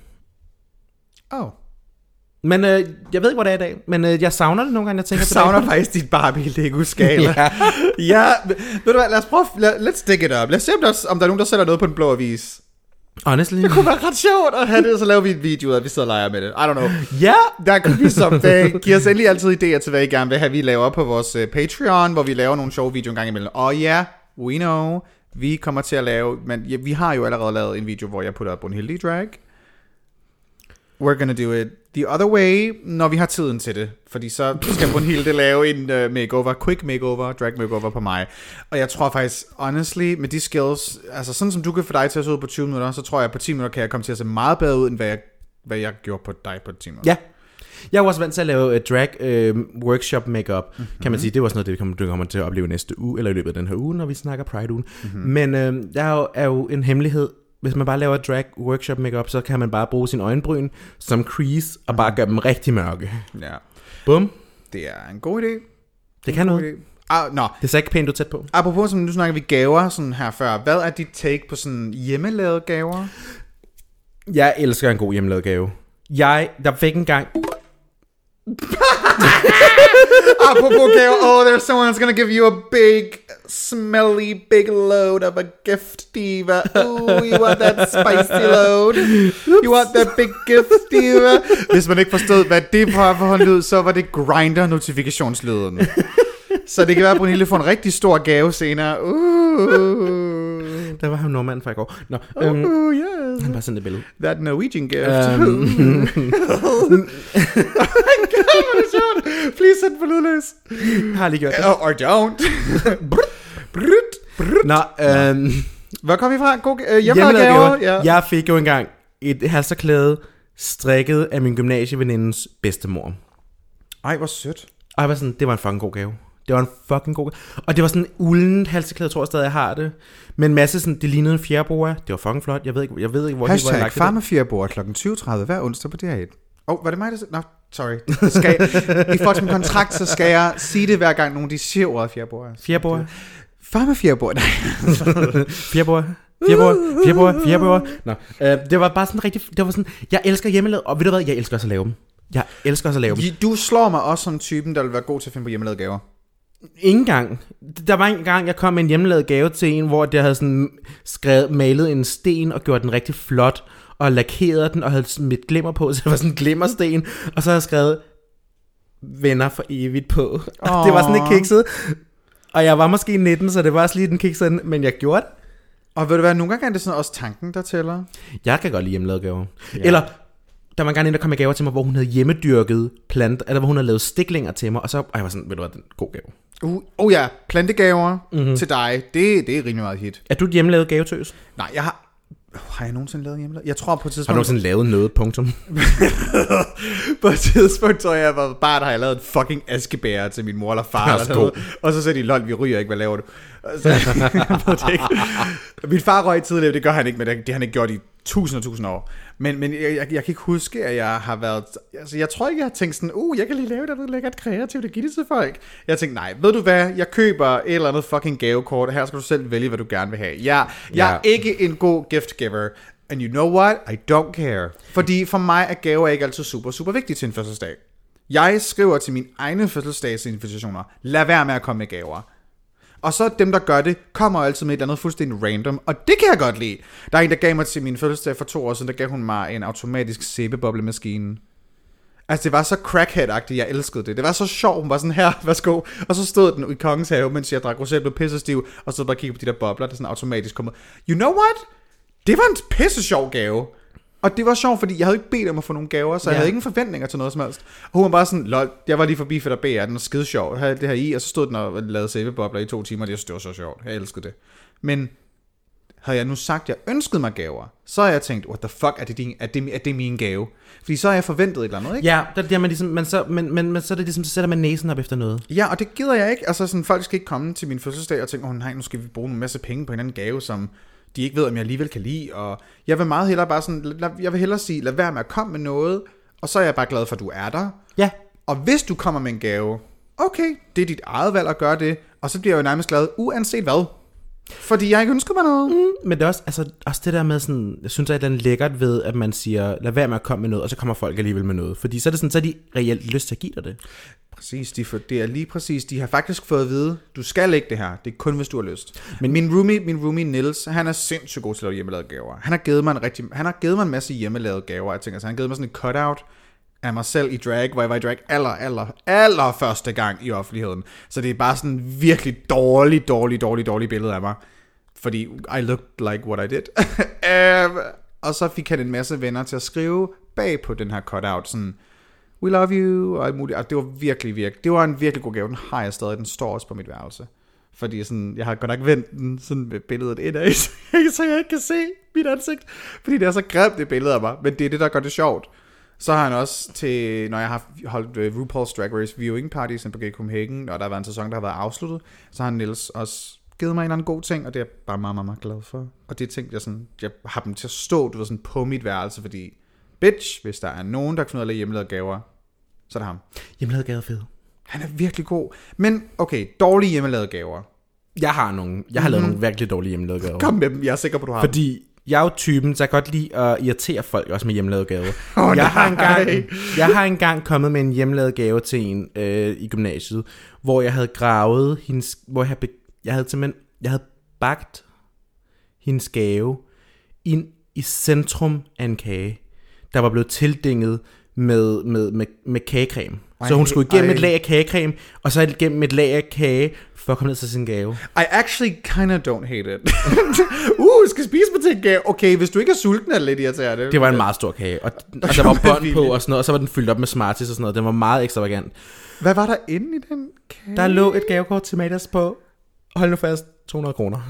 Men jeg ved ikke, hvor det er i dag. Men jeg savner det nogle gange, jeg tænker Jeg savner faktisk dit Barbie-Lego-skala. Ja, ved du hvad, lad os prøve, let's dig it up. Lad os se, om der er nogen, der sælger noget på en blå avis. Honestly. Det kunne være ret sjovt at have det, og så laver vi en video, at vi sidder og leger med det. I don't know. Ja. Der could be something. Giv os endelig altid idéer til, hvad I gerne vil have, vi laver på vores Patreon, hvor vi laver nogle sjove videoer en gang imellem. Og ja, we know, vi kommer til at lave, men vi har jo allerede lavet en video, hvor jeg putter Brunhilde i drag. We're gonna do it the other way, når vi har tiden til det. Fordi så skal Brunhilde lave en makeover, quick makeover, drag makeover på mig. Og jeg tror faktisk, honestly, med de skills, altså sådan som du kan få dig til at se ud på 20 minutter, så tror jeg, på 10 minutter kan jeg komme til at se meget bedre ud, end hvad jeg gjorde på dig på 10 minutter. Ja. Jeg er også vant til at lave drag workshop makeup, kan man sige. Det var sådan noget, det vi kommer til at opleve næste uge, eller i løbet af den her uge, når vi snakker Pride-ugen. Men der er jo en hemmelighed. Hvis man bare laver drag workshop makeup, så kan man bare bruge sin øjenbryn som crease, og bare gøre dem rigtig mørke. Ja. Bum. Det er en god idé. Det kan noget. Det er ikke pænt, du er tæt på. Apropos, som nu snakker vi gaver sådan her før. Hvad er dit take på sådan hjemmelavede gaver? Jeg elsker en god hjemmelavet gave. Der fik engang... Apropos gaver, there's someone's gonna give you a big, smelly, big load of a gift, diva. Ooh, you want that spicy load? You want that big gift, diva? Hvis man ikke forstod, hvad det var for lyd, så var det grinder-notifikationslyden. Så det kan være, at Brunhilde får en rigtig stor gave senere. Der var ham nordmanden fra i går. Nå, yes. Han var sådan et billede. That Norwegian gift. Oh my god, hvor er det sjovt. Please sæt på lydløs. Jeg har lige gjort det. Or don't. Nå, hvor kom I fra? Hjemmelavede gaver? Ja. Jeg fik jo engang et halserklæde strikket af min gymnasievenindens bedstemor. Ej, hvor sødt. Og jeg var sådan, det var en fucking god gave. Det var en fucking god gave. Og det var sådan en uldent halseklæde, jeg tror stadig, jeg har det. Men en masse sådan, det lignede en fjerboa. Det var fucking flot. Jeg ved ikke, hvor det var lagt. #farmafjerboa kl. 20.30 hver onsdag på DR1. Var det mig, der... Nå, sorry. I forhold til min kontrakt, så skal jeg sige det hver gang nogen de siger ordet fjerboa. Fjerboa. Far med fjerbord. Nej. Fjerbord. Nå, det var bare sådan rigtig, det var sådan, jeg elsker hjemmelavet, og ved du hvad, jeg elsker også at lave dem. Du slår mig også som typen, der vil være god til at finde på hjemmelavede gaver. Ingen gang. Der var en gang, jeg kom med en hjemmelavet gave til en, hvor jeg havde sådan malet en sten og gjort den rigtig flot, og lakeret den og havde smidt glimmer på, så det var sådan en glimmersten, og så havde jeg skrevet venner for evigt på. Det var sådan lidt kikset. Og jeg var måske 19, så det var også lige den kiksede, men jeg gjorde det. Og ved du hvad, nogle gange er det sådan også tanken, der tæller. Jeg kan godt lide hjemmelavede gaver. Ja. Eller, der var en gang, der kom med gaver til mig, hvor hun havde hjemmedyrket planter, eller hvor hun havde lavet stiklinger til mig, og så jeg var sådan, ved du hvad, den god gave. Ja, plantegaver til dig, det er rimelig meget hit. Er du et hjemmelavet gavetøs? Nej, har jeg nogensinde lavet hjemmelavet? Jeg tror på et tidspunkt... Har du nogensinde lavet noget, punktum? På et tidspunkt, tror jeg var bare, der har jeg lavet en fucking askebæger til min mor eller far. Eller noget, og så sagde de, lol, vi ryger ikke, hvad laver du? Så, min far røg tidligere, det gør han ikke, men det har han ikke gjort i tusind år. Men jeg kan ikke huske, at jeg har været... Altså, jeg tror ikke, jeg har tænkt sådan, jeg kan lige lave noget lækkert kreativt og give det til folk. Jeg tænkte, nej, ved du hvad? Jeg køber et eller andet fucking gavekort. Her skal du selv vælge, hvad du gerne vil have. Jeg er ikke en god gift giver. And you know what? I don't care. Fordi for mig er gaver ikke altid super, super vigtige til en fødselsdag. Jeg skriver til mine egne fødselsdagsinvitationer, lad være med at komme med gaver. Og så dem, der gør det, kommer altid med et eller andet fuldstændig random, og det kan jeg godt lide. Der er en, der gav mig til min fødselsdag for 2 år siden, der gav hun mig en automatisk sæbeboblemaskine. Altså, det var så crackhead-agtigt, jeg elskede det. Det var så sjovt, hun var sådan, her, værsgo. Og så stod den i Kongens Have, mens jeg drak rosé, blev pissestiv, og så bare kiggede på de der bobler, der sådan automatisk kom ud. You know what? Det var en pisse sjov gave. Og det var sjovt, fordi jeg havde ikke bedt om at få nogle gaver, så jeg havde ingen forventninger til noget som helst. Og hun var bare sådan, lol, jeg var lige forbi for dig BR, den var skide sjov. Jeg havde det her i, og så stod den og lavede sæbebobler i 2 timer, og det var så sjovt. Jeg elskede det. Men havde jeg nu sagt, at jeg ønskede mig gaver, så har jeg tænkt, what the fuck, er det min gave? Fordi så har jeg forventet et eller andet, ikke? Ja, det er man ligesom, men så er det ligesom, så sætter man næsen op efter noget. Ja, og det gider jeg ikke. Altså sådan, folk skal ikke komme til min fødselsdag og tænke, nej, nu skal vi bruge en masse penge på en anden gave, som de ikke ved, om jeg alligevel kan lide, og jeg vil meget hellere bare sådan, jeg vil hellere sige, lad være med at komme med noget, og så er jeg bare glad for, at du er der. Ja. Og hvis du kommer med en gave, okay, det er dit eget valg at gøre det, og så bliver jeg jo nærmest glad, uanset hvad. Fordi jeg ikke ønsker mig noget. Men det er også det der med sådan, jeg synes, at det er lækkert ved, at man siger, lad være med at komme med noget, og så kommer folk alligevel med noget. Fordi så er det sådan, så er de reelt lyst til at give dig det. Præcis, det er lige præcis. De har faktisk fået at vide, du skal ikke det her. Det er kun, hvis du har lyst. Men min roomie Niels, han er sindssygt god til at lave hjemmelavede gaver. Han har givet mig en masse hjemmelavede gaver. Jeg tænker, altså, han har givet mig sådan et cutout af mig selv i drag, hvor jeg var i drag aller første gang i offentligheden. Så det er bare sådan virkelig dårlig billede af mig. Fordi I looked like what I did. Og så fik han en masse venner til at skrive bag på den her cutout, sådan, we love you, og alt muligt. Og det var det var en virkelig god gave. Den har jeg stadig, den står også på mit værelse. Fordi sådan, jeg har godt nok vendt den sådan med billedet indad, så jeg ikke kan se mit ansigt. Fordi det er så grimt, det billede af mig. Men det er det, der gør det sjovt. Så har han også til, når jeg har holdt RuPaul's Drag Race viewing parties på Gay Copenhagen, og der har været en sæson, der har været afsluttet, så har Niels også givet mig en eller anden god ting, og det er jeg bare meget glad for. Og det tænkte jeg sådan, jeg har dem til at stå, du ved, sådan på mit værelse, fordi bitch, hvis der er nogen, der kan finde ud af at lave hjemmelavede gaver, så er det ham. Hjemmelavede gaver er fed. Han er virkelig god. Men okay, dårlige hjemmelavede gaver. Jeg har lavet nogle virkelig dårlige hjemmelavede gaver. Kom med dem, jeg er sikker på, du har. Fordi jeg er jo typen, så jeg godt lide at irritere folk også med hjemmelavede gaver. Jeg har engang kommet med en hjemmelavet gave til en i gymnasiet, hvor jeg havde gravet hendes, hvor jeg havde bagt hendes gave ind i centrum af en kage, der var blevet tildænget med kagecreme. Så hun skulle igennem et lag af kagecreme, og så igennem et lag af kage, for at komme ned til sin gave. I actually kinda don't hate it. Skal spise på til en gave. Okay, hvis du ikke er sulten, er det lidt irriterende. Det var en meget stor kage, og der var bånd på og sådan noget, og så var den fyldt op med Smarties og sådan noget. Den var meget ekstravagant. Hvad var der inde i den kage? Der lå et gavekort til Matas på, hold nu fast, 200 kroner.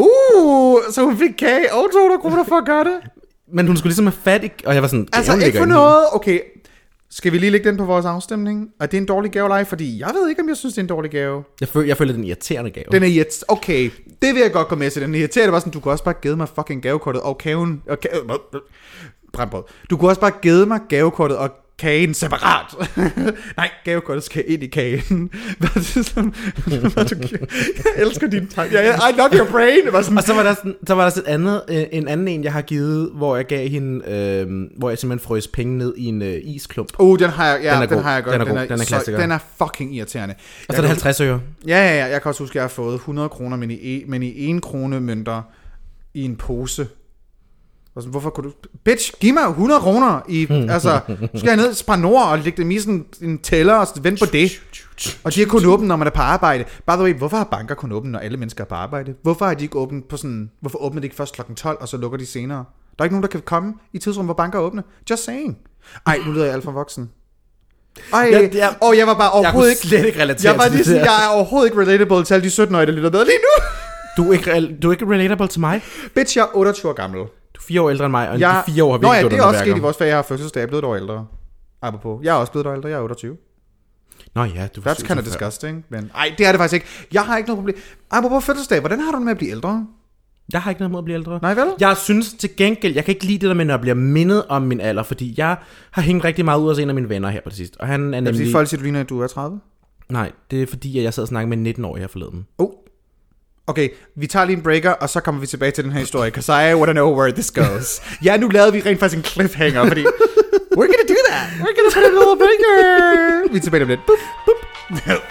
Så hun fik kage og 200 kroner for at gøre det? Men hun skulle ligesom have fat i, og jeg var sådan, altså ikke for noget, okay. Skal vi lige lægge den på vores afstemning? Er det en dårlig gave eller ej? Fordi jeg ved ikke, om jeg synes, det er en dårlig gave. Jeg føler, det er en irriterende gave. Den er irriterende. Okay, det vil jeg godt gå med til. Den irriterende var sådan, du kunne også bare give mig fucking gavekortet og kagen. Brandbrød. Du kunne også bare give mig gavekortet og kagen separat. Nej, gavekortet skal ind i kagen. Hvad er det sådan? Jeg elsker din tanke. I love your brain. Det var sådan... Og så var der en anden, jeg har givet, hvor jeg gav hende, hvor jeg simpelthen frøs penge ned i en isklump. Den har jeg, den har jeg godt. Den er klassiker. Den er fucking irriterende. Og så er det 50 øre. Ja. Jeg kan også huske, at jeg har fået 100 kroner, men i 1 krone mønter i en pose. Hvorfor kunne du... Bitch, giv mig 100 kroner i... Altså, nu skal jeg ned til Spar Nord og lægge dem i sådan en tæller og vente på det. Og de er kun åbne, når man er på arbejde. By the way, hvorfor har banker kun åbne, når alle mennesker er på arbejde? Hvorfor er de ikke åbne på sådan... Hvorfor åbner de ikke først kl. 12, og så lukker de senere? Der er ikke nogen, der kan komme i tidsrum, hvor banker er åbne. Just saying. Ej, nu lyder jeg alt for voksen. Jeg var bare overhovedet ikke... slet ikke relateret til det. Jeg er overhovedet ikke relatable til alle de 17-årige, der lytter med lige nu. Du er ikke relatable til mig? Bitch, jeg er 28 år gammel. Du er 4 år ældre end mig, og de 4 år har vi ikke gjort det er også sket i vores fag. Jeg har fødselsdag, jeg er blevet et år ældre. Apropos. Jeg er også blevet et år ældre, jeg er 28. Nå ja, du That's kind of disgusting. Men ej, det er det faktisk ikke. Jeg har ikke noget problem. Apropos fødselsdag, hvordan har du med at blive ældre? Jeg har ikke noget mod at blive ældre. Nej vel? Jeg synes til gengæld, jeg kan ikke lide det der med, når jeg bliver mindet om min alder, fordi jeg har hængt rigtig meget ud af en af mine venner her på det sidste. Og han er nemlig... folk siger, du ligner, at du er 30? Nej, det er fordi, at jeg sad og snakkede med en 19-årig her forleden. Okay, vi tager lige en breaker, og så kommer vi tilbage til den her historie, because I wanna know where this goes. Ja, nu lavede vi rent faktisk en cliffhanger, fordi... We're gonna do that! We're gonna put a little breaker! Vi er tilbage om lidt. Boop, boop.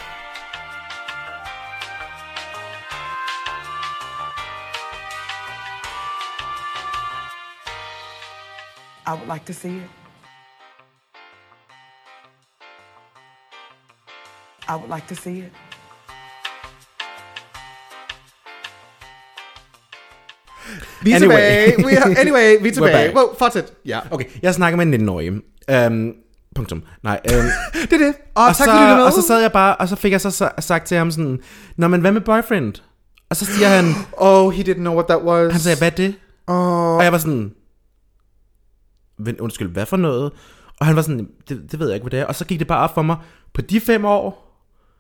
I would like to see it. I would like to see it. Vi er tilbage. Vi er tilbage. Wow, fortsæt. Ja. Okay, jeg snakker med en 19-årig. Punktum. Nej. Det er det. Og så sad jeg bare, og så fik jeg så sagt til ham sådan, nå, men hvad med boyfriend? Og så siger han... he didn't know what that was. Han sagde, hvad er det? Og jeg var sådan... Undskyld, hvad for noget? Og han var sådan, det ved jeg ikke, hvad det er. Og så gik det bare op for mig, på de 5 år,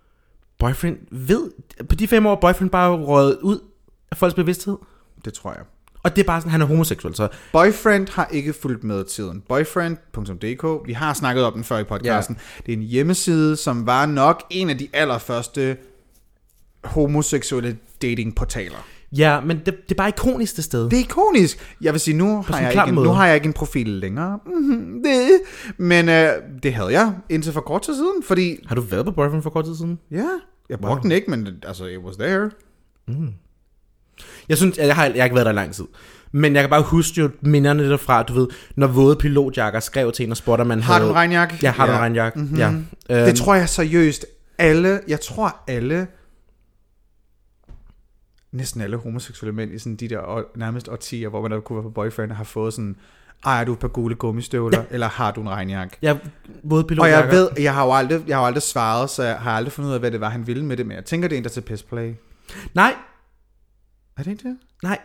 boyfriend bare røget ud af folks bevidsthed. Det tror jeg. Og det er bare sådan, han er homoseksuel. Så Boyfriend har ikke fulgt med tiden. Boyfriend.dk, vi har snakket om den før i podcasten. Ja. Det er en hjemmeside, som var nok en af de allerførste homoseksuelle datingportaler. Ja, men det er bare ikonisk det sted. Det er ikonisk. Jeg vil sige, nu har jeg ikke en profil længere. Men det havde jeg indtil for kort tid siden, fordi... Har du været på Boyfriend for kort tid siden? Ja, jeg brugte den ikke, men altså, it was there. Jeg synes, jeg har ikke været der i lang tid. Men jeg kan bare huske jo minderne derfra, du ved, når våde pilotjakker skrev til en og spurgte, man har du en regnjakke? Ja, har du en regnjakke? Mm-hmm. Ja. Det tror jeg seriøst. Næsten alle homoseksuelle mænd i sådan de der nærmest årtier, hvor man der kunne være på boyfriend, har fået sådan, ejer du et par gule gummistøvler, eller har du en regnjakke? Ja, våde pilotjakker. Og jeg ved, jeg har jo aldrig svaret, så jeg har aldrig fundet ud af, hvad det var, han ville med det, men jeg tænker, det er en, der til pissplay. Nej. Er det ikke det? Nej,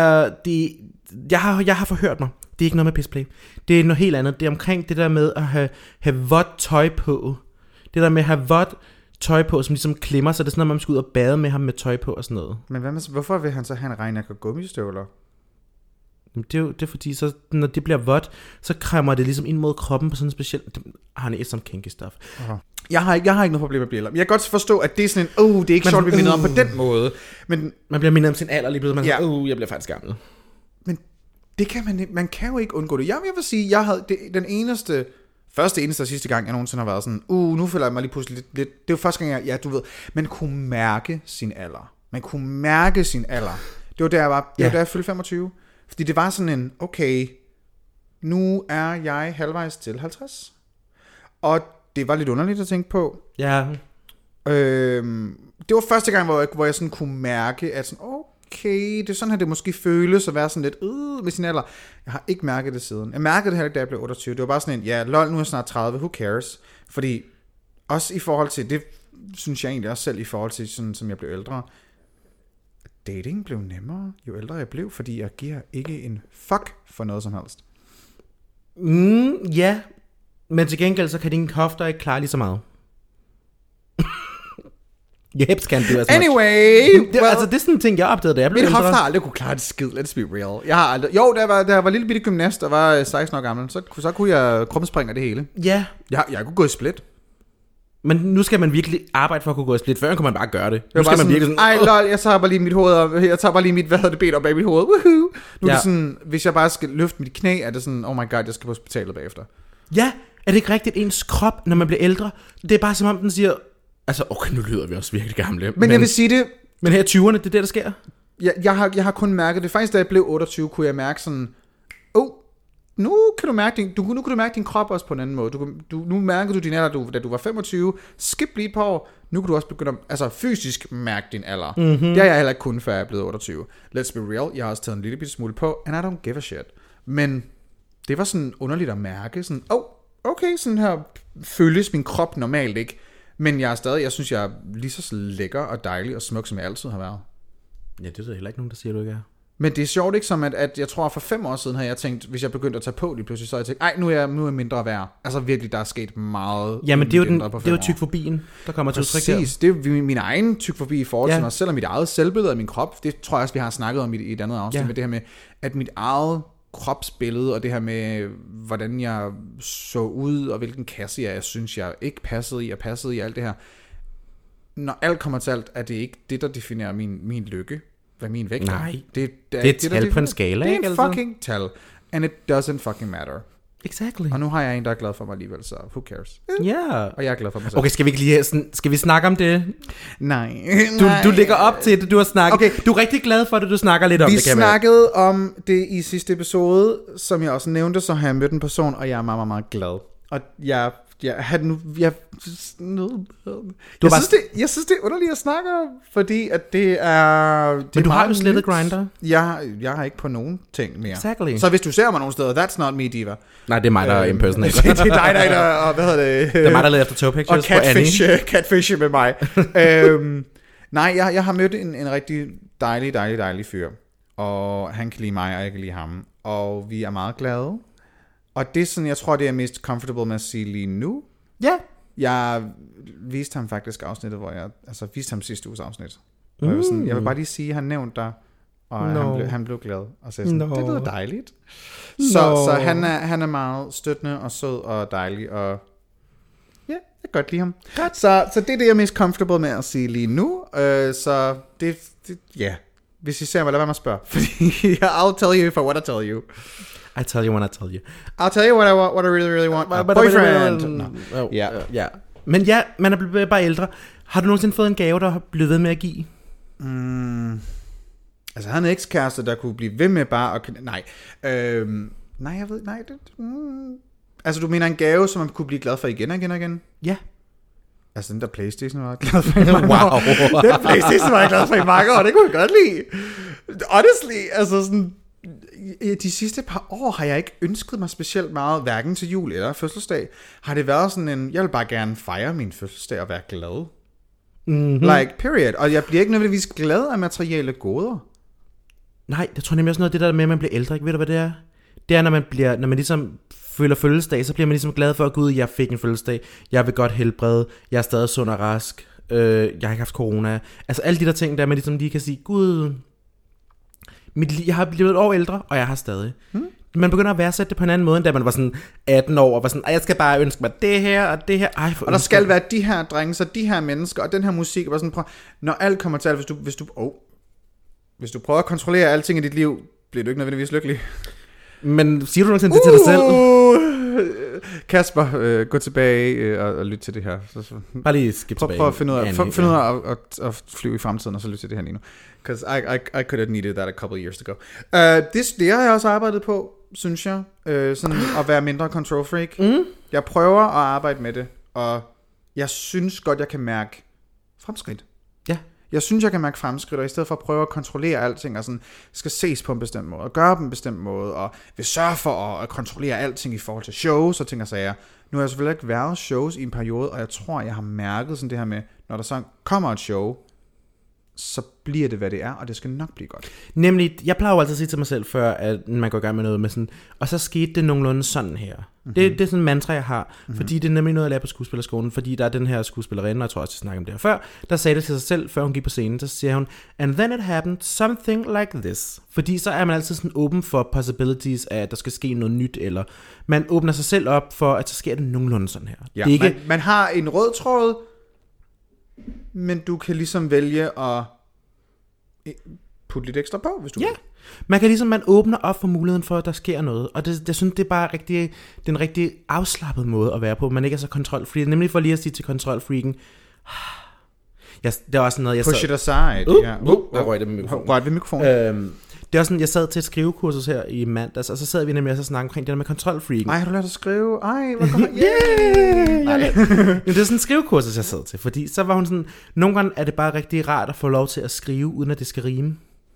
jeg har forhørt mig. Det er ikke noget med pissplay. Det er noget helt andet. Det er omkring det der med at have vådt tøj på. Det der med at have vådt tøj på, som ligesom klemmer, så det er sådan, at man skal ud og bade med ham med tøj på og sådan noget. Men hvorfor vil han så have en regnjakke og gummistøvler? Det er fordi, så, når det bliver vådt, så kræmmer det ligesom ind mod kroppen på sådan en speciel... Han er some kinky stuff. Jeg har ikke noget problem med at blive ældre. Jeg kan godt forstå, at det er sådan en, det er ikke sjovt at blive mindet om på den måde. Men man bliver mindet om sin alder lige pludselig. Jeg bliver faktisk gammel. Men det kan man kan jo ikke undgå det. Jeg vil sige, jeg havde den eneste og sidste gang, jeg nogensinde har været sådan, nu føler jeg mig lige pludselig lidt. Det er jo første gang, du ved, man kunne mærke sin alder. Det var der jeg var, da jeg fyldte 25. Fordi det var sådan en, okay, nu er jeg halvvejs til 50. Og det var lidt underligt at tænke på. Ja. Det var første gang, hvor jeg sådan kunne mærke, at sådan, okay, det er sådan her, det måske føles at være sådan lidt med sin alder. Jeg har ikke mærket det siden. Jeg mærkede det heller ikke, da jeg blev 28. Det var bare sådan en, nu er jeg snart 30, who cares? Fordi også i forhold til, det synes jeg egentlig også selv i forhold til, sådan som jeg blev ældre, dating blev nemmere, jo ældre jeg blev, fordi jeg giver ikke en fuck for noget som helst. Ja, men til gengæld så kan dine hofter ikke klare lige så meget. Your hips can't do as much. Anyway, Altså, det er sådan en ting, jeg opdagede, da jeg blev min hofte ældre. har aldrig kunne klare det skid, let's be real. Jeg har aldrig, jo, da jeg var lille bitte gymnast, og var 16 år gammel, så kunne jeg krumspringe det hele. Ja, Jeg kunne gå i split. men nu skal man virkelig arbejde for at kunne gå i split. Før kan man bare gøre det. Nu Jeg skal man virkelig sådan... ej lol, jeg tager bare lige mit hoved, og jeg tager bare lige mit, ben op bag mit hoved. Woohoo. Nu er Ja. det sådan, hvis jeg bare skal løfte mit knæ, er det sådan, oh my god, jeg skal på hospitalet bagefter. Ja, er det ikke rigtigt? Ens krop, når man bliver ældre, det er bare som om den siger... Altså, okay, nu lyder vi også virkelig gamle. Men jeg vil sige det, Men her i 20'erne, det er det, der sker. jeg har kun mærket det. Faktisk da jeg blev 28, kunne jeg mærke sådan, nu kan du mærke din krop også på en anden måde. Nu mærker du din alder, da du var 25. Skip lige et par år. Nu kan du også begynde at fysisk mærke din alder. Mm-hmm. Det har jeg heller ikke kun, før jeg er blevet 28. Let's be real. Jeg har også taget en lille bitte smule på, and I don't give a shit. Men det var sådan underligt at mærke. Sådan, okay, sådan her føles min krop normalt ikke. Men jeg synes, jeg er lige så lækker og dejlig og smuk, som jeg altid har været. Ja, det er der heller ikke nogen, der siger, du ikke er. Men det er sjovt ikke som, at jeg tror, for 5 år siden havde jeg tænkt, hvis jeg begyndte at tage på lige pludselig, så havde jeg tænkt, nu er jeg mindre værd. Altså virkelig, der er sket meget. Jamen, det er jo, det er jo tykfobien, der kommer til udtryk der. Præcis, det er jo min egen tykfobi i forhold til Ja. mig selv, og mit eget selvbillede af min krop. Det tror jeg også, vi har snakket om i et andet afsnit, med det her med, at mit eget kropsbillede, og det her med, hvordan jeg så ud, og hvilken kasse jeg synes, jeg ikke passede i, og passede i, alt det her. Når alt kommer til alt, er det ikke det, der definerer min lykke. Hvad min vægt er. Nej. Det er et tal på en skala, det ikke? er en Altså? fucking tal. And it doesn't fucking matter. Exactly. Og nu har jeg en, der er glad for mig alligevel, så who cares? Ja. Og jeg er glad for mig selv. Okay, skal vi snakke om det? Nej. Du lægger op til det, du har snakket. Okay. Du er rigtig glad for det, du snakker lidt om Vi det, kan snakkede om det i sidste episode, som jeg også nævnte, så har jeg mødt en person, og jeg er meget, meget, meget glad. Og jeg synes, det er underligt at snakke om, fordi at det er... Men du har jo slettet Grindr. Jeg har ikke på nogen ting mere. Exactly. Så hvis du ser mig nogle steder, that's not me, diva. Nej, det er mig, der er impersonator. Det er dig, der og hvad hedder det? Det er mig, der leder efter toe pictures og på Annie. catfish med mig. Nej, jeg har mødt en rigtig dejlig fyr. Og han kan lide mig, og jeg kan lide ham. Og vi er meget glade. Og det er sådan, jeg tror, det er mest comfortable med at sige lige nu. Ja. Jeg viste ham faktisk afsnittet, hvor jeg... Altså, viste ham sidste uges afsnit. Og jeg vil bare lige sige, at han nævnte dig. Og han blev glad. Og sagde sådan, det lyder dejligt. Så han er meget støttende og sød og dejlig. Og ja, jeg kan godt lide ham. Så det er det, jeg er mest comfortable med at sige lige nu. Så det ja. Hvis I ser mig, lad være med at spørge. Fordi I'll tell you if I want to tell you. I tell you when I tell you. I'll tell you what I really want. A boyfriend. No. Ja. Men ja, man er blevet bare ældre. Har du nogensinde fået en gave, der har blevet ved med at give? Altså, han havde en ekskæreste, der kunne blive ved med bare at... Nej. Nej, jeg ved... Nej, Altså, du mener en gave, som man kunne blive glad for igen og igen og igen? Ja. Altså, den der PlayStation var jeg glad for i mange år. Den PlayStation var jeg glad for i mange år. Det kunne jeg godt lide. Honestly, altså sådan... De sidste par år har jeg ikke ønsket mig specielt meget, hverken til jul eller fødselsdag. Har det været sådan en... Jeg vil bare gerne fejre min fødselsdag og være glad. Mm-hmm. Like, period. Og jeg bliver ikke nødvendigvis glad af materielle goder. Nej, det tror jeg nemlig også noget af det der med, at man bliver ældre, ikke? Ved du, hvad det er? Det er, når man ligesom føler fødselsdag, så bliver man ligesom glad for, at gud, jeg fik en fødselsdag. Jeg vil godt helbrede. Jeg er stadig sund og rask. Jeg har ikke haft corona. Altså alle de der ting, der man ligesom lige kan sige, gud, jeg har blevet et år ældre, og jeg har stadig. Man begynder at værdsætte det på en anden måde, end da man var sådan 18 år, og var sådan, jeg skal bare ønske mig det her, og det her. Og der skal være de her drenge, så de her mennesker, og den her musik, og sådan, når alt kommer til alt, hvis du prøver at kontrollere alting i dit liv, bliver du ikke nødvendigvis lykkelig. Men siger du nogensinde det til dig selv? Kasper, gå tilbage og lyt til det her. Bare lige skip tilbage. Prøv at finde ud af at flyve i fremtiden, og så lyt til det her lige nu. Because I could have needed that a couple of years ago. Det har jeg også arbejdet på, synes jeg. Sådan at være mindre control freak. Jeg prøver at arbejde med det, og jeg synes godt, jeg kan mærke fremskridt. Ja. Jeg synes, jeg kan mærke fremskridt, og i stedet for at prøve at kontrollere alting, og sådan, skal ses på en bestemt måde, og gøre på en bestemt måde, og vil sørge for at kontrollere alting i forhold til shows, og ting og sager. Nu har jeg selvfølgelig ikke været shows i en periode, og jeg tror, jeg har mærket sådan det her med, når der så kommer et show, så bliver det, hvad det er, og det skal nok blive godt. Nemlig, jeg plejer jo altid at sige til mig selv, før at man går i gang med noget med sådan, og så skete det nogenlunde sådan her. Mm-hmm. Det er sådan en mantra, jeg har, fordi det er nemlig noget, jeg lærer på skuespillerskolen, fordi der er den her skuespillerinde, og jeg tror også, jeg snakker om det her før, der sagde det til sig selv, før hun gik på scenen, så siger hun, and then it happened something like this. Fordi så er man altid sådan åben for possibilities af, at der skal ske noget nyt, eller man åbner sig selv op for, at så sker det nogenlunde sådan her. Ja, det er ikke... man har en rød tråd, men du kan ligesom vælge at putte lidt ekstra på, hvis du vil. Man kan ligesom, man åbner op for muligheden for, at der sker noget. Og det synes det er bare rigtig, den rigtig afslappet måde at være på. Man ikke er så kontrolfreak. Nemlig for lige at sige til kontrolfreaken, det er også noget, jeg push it aside. Der røg det med mikrofonen. Røg ved mikrofonen. Det er også sådan, jeg sad til et skrivekursus her i mandags, og så sad vi nemlig og så snakkede omkring det der med kontrolfreaken. Ej, har du lært at skrive? Ej, hvor godt. Men det er sådan en skrivekursus, jeg sad til, fordi så var hun sådan, nogle gange er det bare rigtig rart at få lov til at skrive, uden at det skal rime.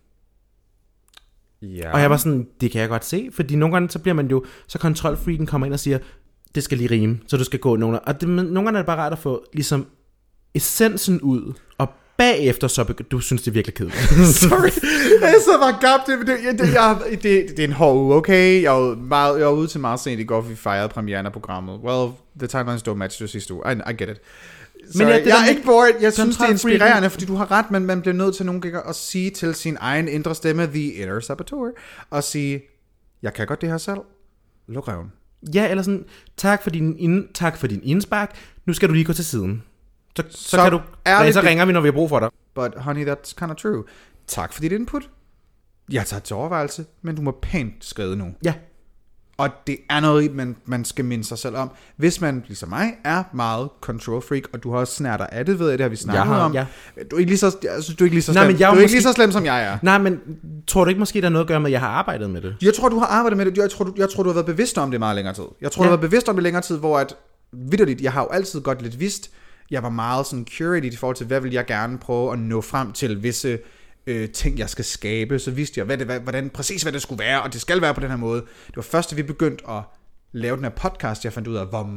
Ja. Og jeg var sådan, det kan jeg godt se, fordi nogle gange så bliver man jo, så kontrolfreaken kommer ind og siger, det skal lige rime, så du skal gå nogle gange. Og nogle gange er det bare rart at få ligesom essensen ud, og bagefter så du synes det er virkelig kedeligt. Sorry, jeg så bare gabt. Det er en hård uge, okay? Jeg var ude til meget sent i går, vi fejrede premieren af programmet. Well, the timelines don't match det sidste uge. I get it. Men jeg er ikke bored. Jeg synes, det er inspirerende, fordi du har ret, men man bliver nødt til nogle gange at sige til sin egen indre stemme, the inner saboteur, og sige, jeg kan godt det her selv. Luk røven. Ja, eller sådan, tak for din indspark. Nu skal du lige gå til siden. Så kan du, så ringer vi, når vi har brug for dig. But honey, that's kind of true. Tak for dit input. Jeg tager til overvejelse, men du må pænt skrive nu. Ja. Og det er noget, man skal minde sig selv om. Hvis man, ligesom mig, er meget control freak, og du har også snærter af det, ved jeg, det har vi snakket om. Ja. Du er ikke lige så, slem. Du er ikke lige så slem, som jeg er. Nej, men tror du ikke måske, der er noget at gøre med, at jeg har arbejdet med det? Jeg tror, du har arbejdet med det. Jeg tror, du har været bevidst om det meget længere tid. Jeg tror, du har været bevidst om det længere tid, hvor at, vitterligt, jeg har jo altid godt lidt vidst, jeg var meget sådan curated i forhold til, hvad vil jeg gerne prøve at nå frem til visse ting, jeg skal skabe. Så vidste jeg, hvad det skulle være, og det skal være på den her måde. Det var først, da vi begyndte at lave den her podcast, jeg fandt ud af, hvor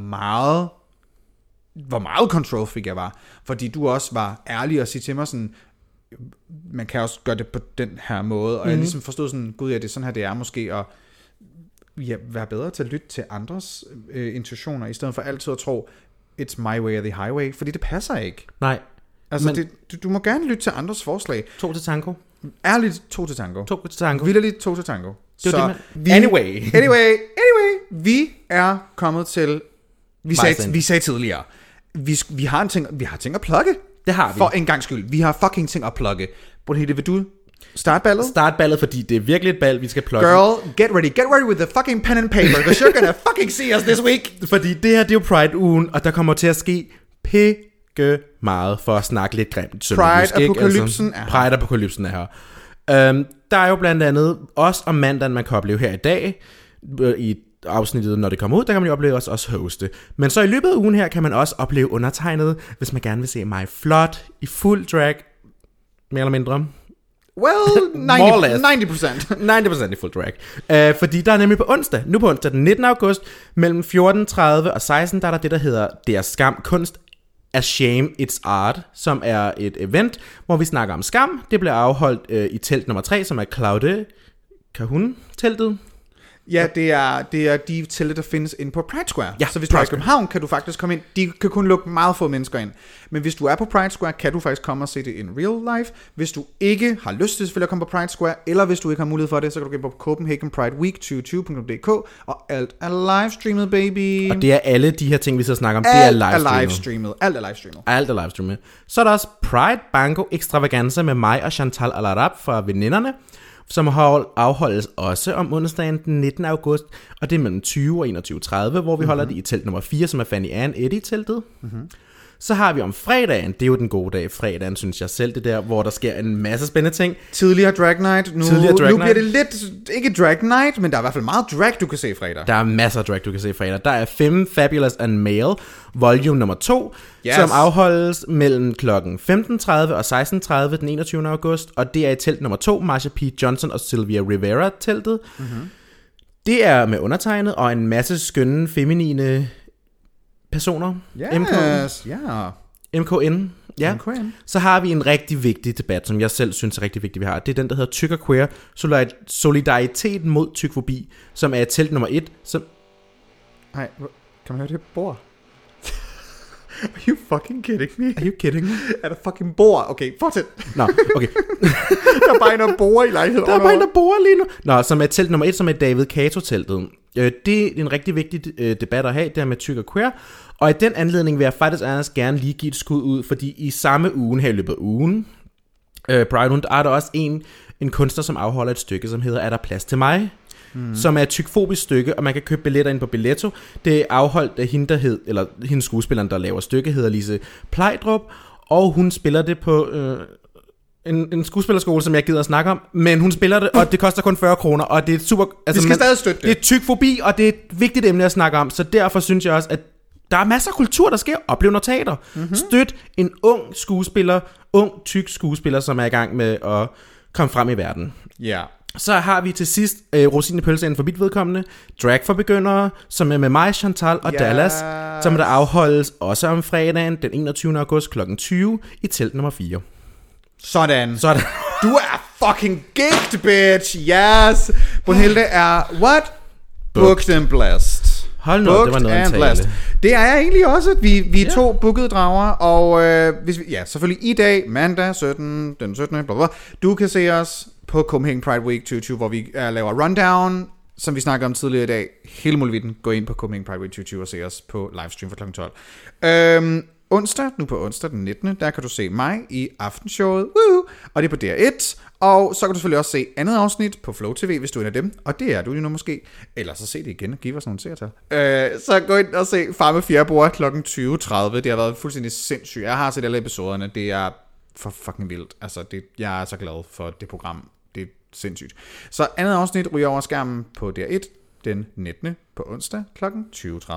meget control freak jeg var. Fordi du også var ærlig og sige til mig sådan, man kan også gøre det på den her måde. Og jeg ligesom forstod sådan, gud ja, det er sådan her, det er måske at være bedre til at lytte til andres intuitioner, i stedet for altid at tro, it's my way or the highway, fordi det passer ikke. Nej. Altså, men, du må gerne lytte til andres forslag. 2 til tango. Ærligt, 2 til tango. 2 til tango. Vitterligt 2 til tango. Det så det, anyway, vi er kommet til... Vi sagde tidligere, vi har ting at plugge. Det har vi. For en gang skyld. Vi har fucking ting at plugge. Brunhilde, vil du starte ballet? Start ballet, fordi det er virkelig et bal, vi skal plugge. Girl, get ready with the fucking pen and paper, because you're gonna fucking see us this week. Fordi det her, det er jo Pride-ugen, og der kommer til at ske meget for at snakke lidt grimt. Pride-apokalypsen er her. Pride-apokalypsen er her. Der er jo blandt andet også om mandagen, man kan opleve her i dag, i afsnittet, når det kommer ud, der kan man jo opleve også hoste. Men så i løbet af ugen her, kan man også opleve undertegnet, hvis man gerne vil se mig flot, i fuld drag, mere eller mindre. Well, 90%. 90% i fuld drag. Fordi der er nemlig på onsdag den 19. august, mellem 14.30 og 16, der er der det, der hedder Det er skam, kunst A Shame It's Art, som er et event, hvor vi snakker om skam. Det bliver afholdt i telt nummer 3, som er Claude Cahun-teltet. Ja, det er de telte, der findes inde på Pride Square. Ja, så hvis du er i København, kan du faktisk komme ind. De kan kun lukke meget få mennesker ind. Men hvis du er på Pride Square, kan du faktisk komme og se det in real life. Hvis du ikke har lyst til selvfølgelig at komme på Pride Square, eller hvis du ikke har mulighed for det, så kan du gå ind på Copenhagen Pride Week 2020.dk, og alt er livestreamet, baby. Og det er alle de her ting, vi så snakker om, alt det er livestreamet. Alt er livestreamet. Alt er livestreamet. Så er der også Pride Bango Extravaganza med mig og Chantal Alarab fra Veninderne, som afholdes også om onsdagen den 19. august, og det er mellem 20 og 21.30, hvor vi holder det i telt nummer 4, som er Fanny Ann Eddie-teltet. Så har vi om fredagen, det er jo den gode dag, fredagen synes jeg selv, det der, hvor der sker en masse spændende ting. Tidligere Drag Night, nu bliver det lidt, ikke Drag Night, men der er i hvert fald meget drag, du kan se fredag. Der er masser af drag, du kan se fredag. Der er Femme Fabulous and Male, volume nummer 2, som afholdes mellem klokken 15.30 og 16.30 den 21. august, og det er i telt nummer 2, Marsha P. Johnson og Sylvia Rivera-teltet. Det er med undertegnet og en masse skønne, feminine personer. Yes, MKN. Ja, så har vi en rigtig vigtig debat, som jeg selv synes er rigtig vigtig, vi har. Det er den, der hedder tyk og queer, solidaritet mod tykfobi, som er telt nummer 1. Som... Nej, kan man høre det bord? Are you fucking kidding me? Are you kidding me? Er der fucking bord? Okay, fortsæt. Nå, okay. Der er bare en, der bor i lejligheden. Der er bare en, der bor lige nu. Nå, som er telt nummer 1, som er David Kato-teltet. Det er en rigtig vigtig debat at have, det her med tyk og queer. Og i den anledning vil jeg faktisk gerne lige give et skud ud, fordi i samme uge, her i løbet af ugen, Pride, er der også en kunstner, som afholder et stykke, som hedder Er der plads til mig? Som er et tykfobisk stykke, og man kan købe billetter ind på Billetto. Det er afholdt af hende, hende skuespilleren, der laver stykke, hedder Lise Plejdrup, og hun spiller det på en skuespillerskole, som jeg gider at snakke om, men hun spiller det, og det koster kun 40 kroner, og det er super... Altså, vi skal stadig støtte det. Det er tykfobi, og det er et vigtigt emne at snakke om, så derfor synes jeg også, at der er masser af kultur, der sker. Oplev noget teater. Støt en ung tyk skuespiller, som er i gang med at komme frem i verden. Ja. Så har vi til sidst rosinen i pølseenden for mit vedkommende, Drag for begyndere, som er med mig, Chantal og Dallas, som der afholdes også om fredagen den 21. august kl. 20 i telt nummer 4. Sådan. Du er fucking geeked, bitch. Yes. Brunhilde er what? Booked and blessed. Hold nu, det var noget at tale. Det er jeg egentlig også, at vi er to bookede drager, og hvis vi, selvfølgelig i dag, mandag den 17. Bla bla, du kan se os på Copenhagen Pride Week 2020, hvor vi laver rundown, som vi snakkede om tidligere i dag. Hele muligheden, gå ind på Copenhagen Pride Week 2020 og se os på livestream fra kl. 12. Onsdag den 19. Der kan du se mig i aftenshowet, og det er på DR1. Og så kan du selvfølgelig også se andet afsnit på Flow TV, hvis du er en af dem. Og det er du jo nu måske. Eller så se det igen og give os nogle seertal. Så gå ind og se Farme Fjerboer kl. 20.30. Det har været fuldstændig sindssygt. Jeg har set alle episoderne. Det er for fucking vildt. Altså, jeg er så glad for det program. Det er sindssygt. Så andet afsnit ryger over skærmen på DR1 den 19. på onsdag kl. 20.30.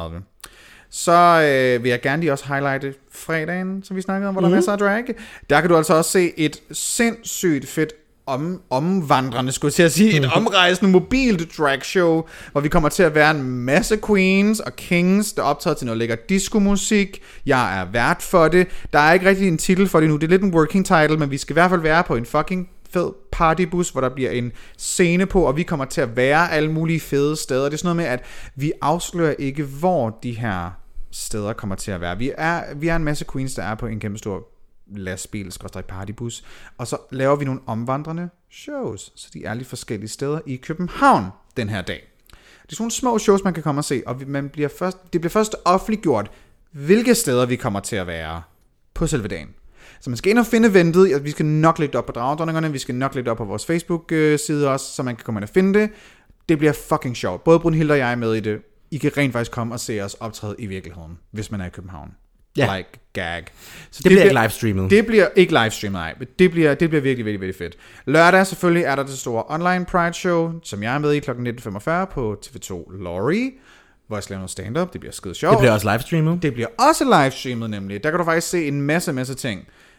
Så vil jeg gerne lige også highlighte fredagen, som vi snakkede om, hvor der er masser af drag. Der kan du altså også se et sindssygt fedt omvandrende, skulle jeg til at sige, et omrejsende mobilt dragshow, hvor vi kommer til at være en masse queens og kings, der optager til noget lækker disco-musik. Jeg er vært for det. Der er ikke rigtig en titel for det nu. Det er lidt en working title, men vi skal i hvert fald være på en fucking fed partybus, hvor der bliver en scene på, og vi kommer til at være alle mulige fede steder. Det er sådan noget med, at vi afslører ikke, hvor de her steder kommer til at være. Vi er en masse queens, der er på en kæmpe stor lastbil, partybus, og så laver vi nogle omvandrende shows, så de er lidt forskellige steder i København den her dag. Det er sådan nogle små shows, man kan komme og se, og det bliver først offentliggjort, hvilke steder vi kommer til at være på selve dagen. Så man skal ind og finde eventet. Vi skal nok lægge det op på Dragedronningerne. Vi skal nok lægge det op på vores Facebook-side også, så man kan komme ind og finde det. Det bliver fucking sjovt. Både Brunhilde og jeg er med i det. I kan rent faktisk komme og se os optræde i virkeligheden, hvis man er i København. Ja. Like gag. Så det bliver ikke livestreamet. Det bliver ikke livestreamet, nej. Det bliver virkelig, virkelig, virkelig fedt. Lørdag selvfølgelig er der det store online Pride show, som jeg er med i kl. 19.45 på TV2 Lorry, hvor jeg skal lave noget stand-up. Det bliver skide sjovt. Det bliver også livestreamet. Det bliver også livestreamet nemlig. Der kan du faktisk se en masse ting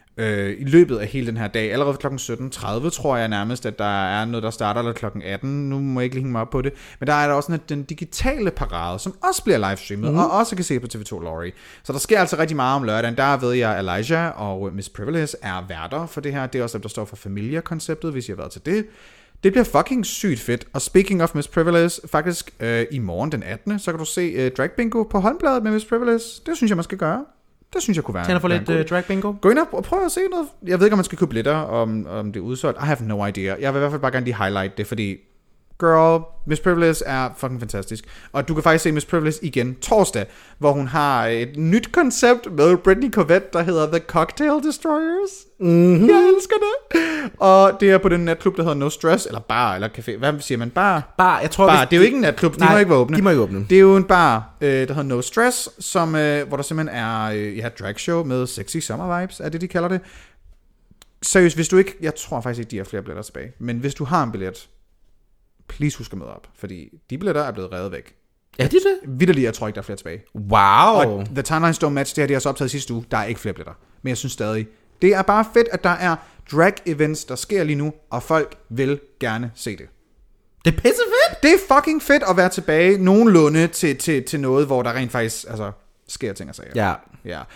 i løbet af hele den her dag. Allerede kl. 17.30 tror jeg nærmest, at der er noget, der starter, eller kl. 18. Nu må jeg ikke lige hænge mig op på det. Men der er der også den digitale parade, som også bliver livestreamet, og også kan se på TV2 Lorry. Så der sker altså rigtig meget om lørdagen. Der ved jeg, at Elijah og Miss Privilege er værter for det her. Det er også dem, der står for Familia-konceptet, hvis I har været til det. Det bliver fucking sygt fedt. Og speaking of Miss Privilege, faktisk i morgen den 18. så kan du se Drag Bingo på Håndbladet med Miss Privilege. Det synes jeg, man skal gøre. Det synes jeg kunne være. Tænder for lidt drag bingo. Gå ind og prøv at se noget. Jeg ved ikke, om man skal købe billetter, om det er udsolgt. I have no idea. Jeg vil i hvert fald bare gerne lige highlight det, fordi girl, Miss Privilege er fucking fantastisk. Og du kan faktisk se Miss Privilege igen torsdag, hvor hun har et nyt koncept med Brittany Corvette, der hedder The Cocktail Destroyers. Mm-hmm. Jeg elsker det. Og det er på den natklub, der hedder No Stress, eller bar, eller café. Hvad siger man? Bar? Bar, jeg tror... Bar. Det er jo ikke en natklub, de må ikke være åbne. De må ikke åbne. Det er jo en bar, der hedder No Stress, som, hvor der simpelthen er dragshow med sexy summer vibes, er det, de kalder det. Seriøst, hvis du ikke... Jeg tror faktisk ikke, de har flere billetter tilbage. Men hvis du har en billet, please husk at møde op, fordi de billetter er blevet revet væk. Er de det? Vitterligt, jeg tror ikke, der er flere tilbage. Wow. Og The Timelines Don't Match, det her de har så optaget sidste uge, der er ikke flere billetter. Men jeg synes stadig, det er bare fedt, at der er drag-events, der sker lige nu, og folk vil gerne se det. Det er pisse fedt. Det er fucking fedt at være tilbage nogenlunde til noget, hvor der rent faktisk sker ting og sager. Ja. Ja.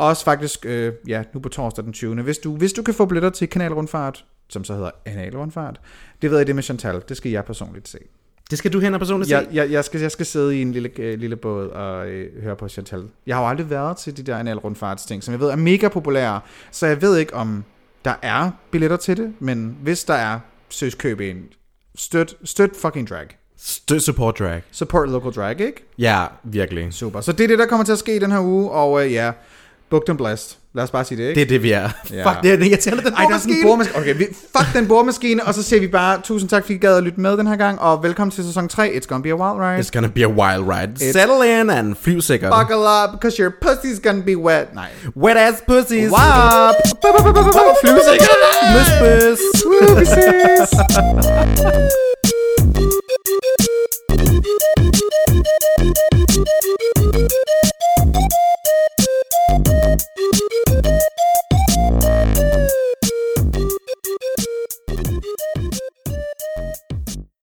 Også faktisk, nu på torsdag den 20. Hvis du kan få billetter til Kanalrundfart, som så hedder Analrundfart, det ved jeg det med Chantal, det skal jeg personligt se. Det skal du hen og personligt se? Jeg skal sidde i en lille båd og høre på Chantal. Jeg har jo aldrig været til de der Analrundfartsting, som jeg ved er mega populære, så jeg ved ikke, om der er billetter til det, men hvis der er, søs køb en. Støt fucking drag. Support drag. Support local drag, ikke? Ja, virkelig. Super. Så det er det, der kommer til at ske den her uge, og booked and blessed. Lad os bare sige det, ikke? Det er det, vi er. Ja. Fuck, det er irriterende, den boremaskine. Okay, fuck den boremaskine, og så siger vi bare, tusind tak, fordi I gad at lytte med den her gang, og velkommen til sæson 3. It's gonna be a wild ride. It's gonna be a wild ride. Settle in and flyv sikkert. Buckle up, because your pussy's gonna be wet. Nej. Wet ass pussies. Wow. Flyv sikkert. Møs. Vi ses.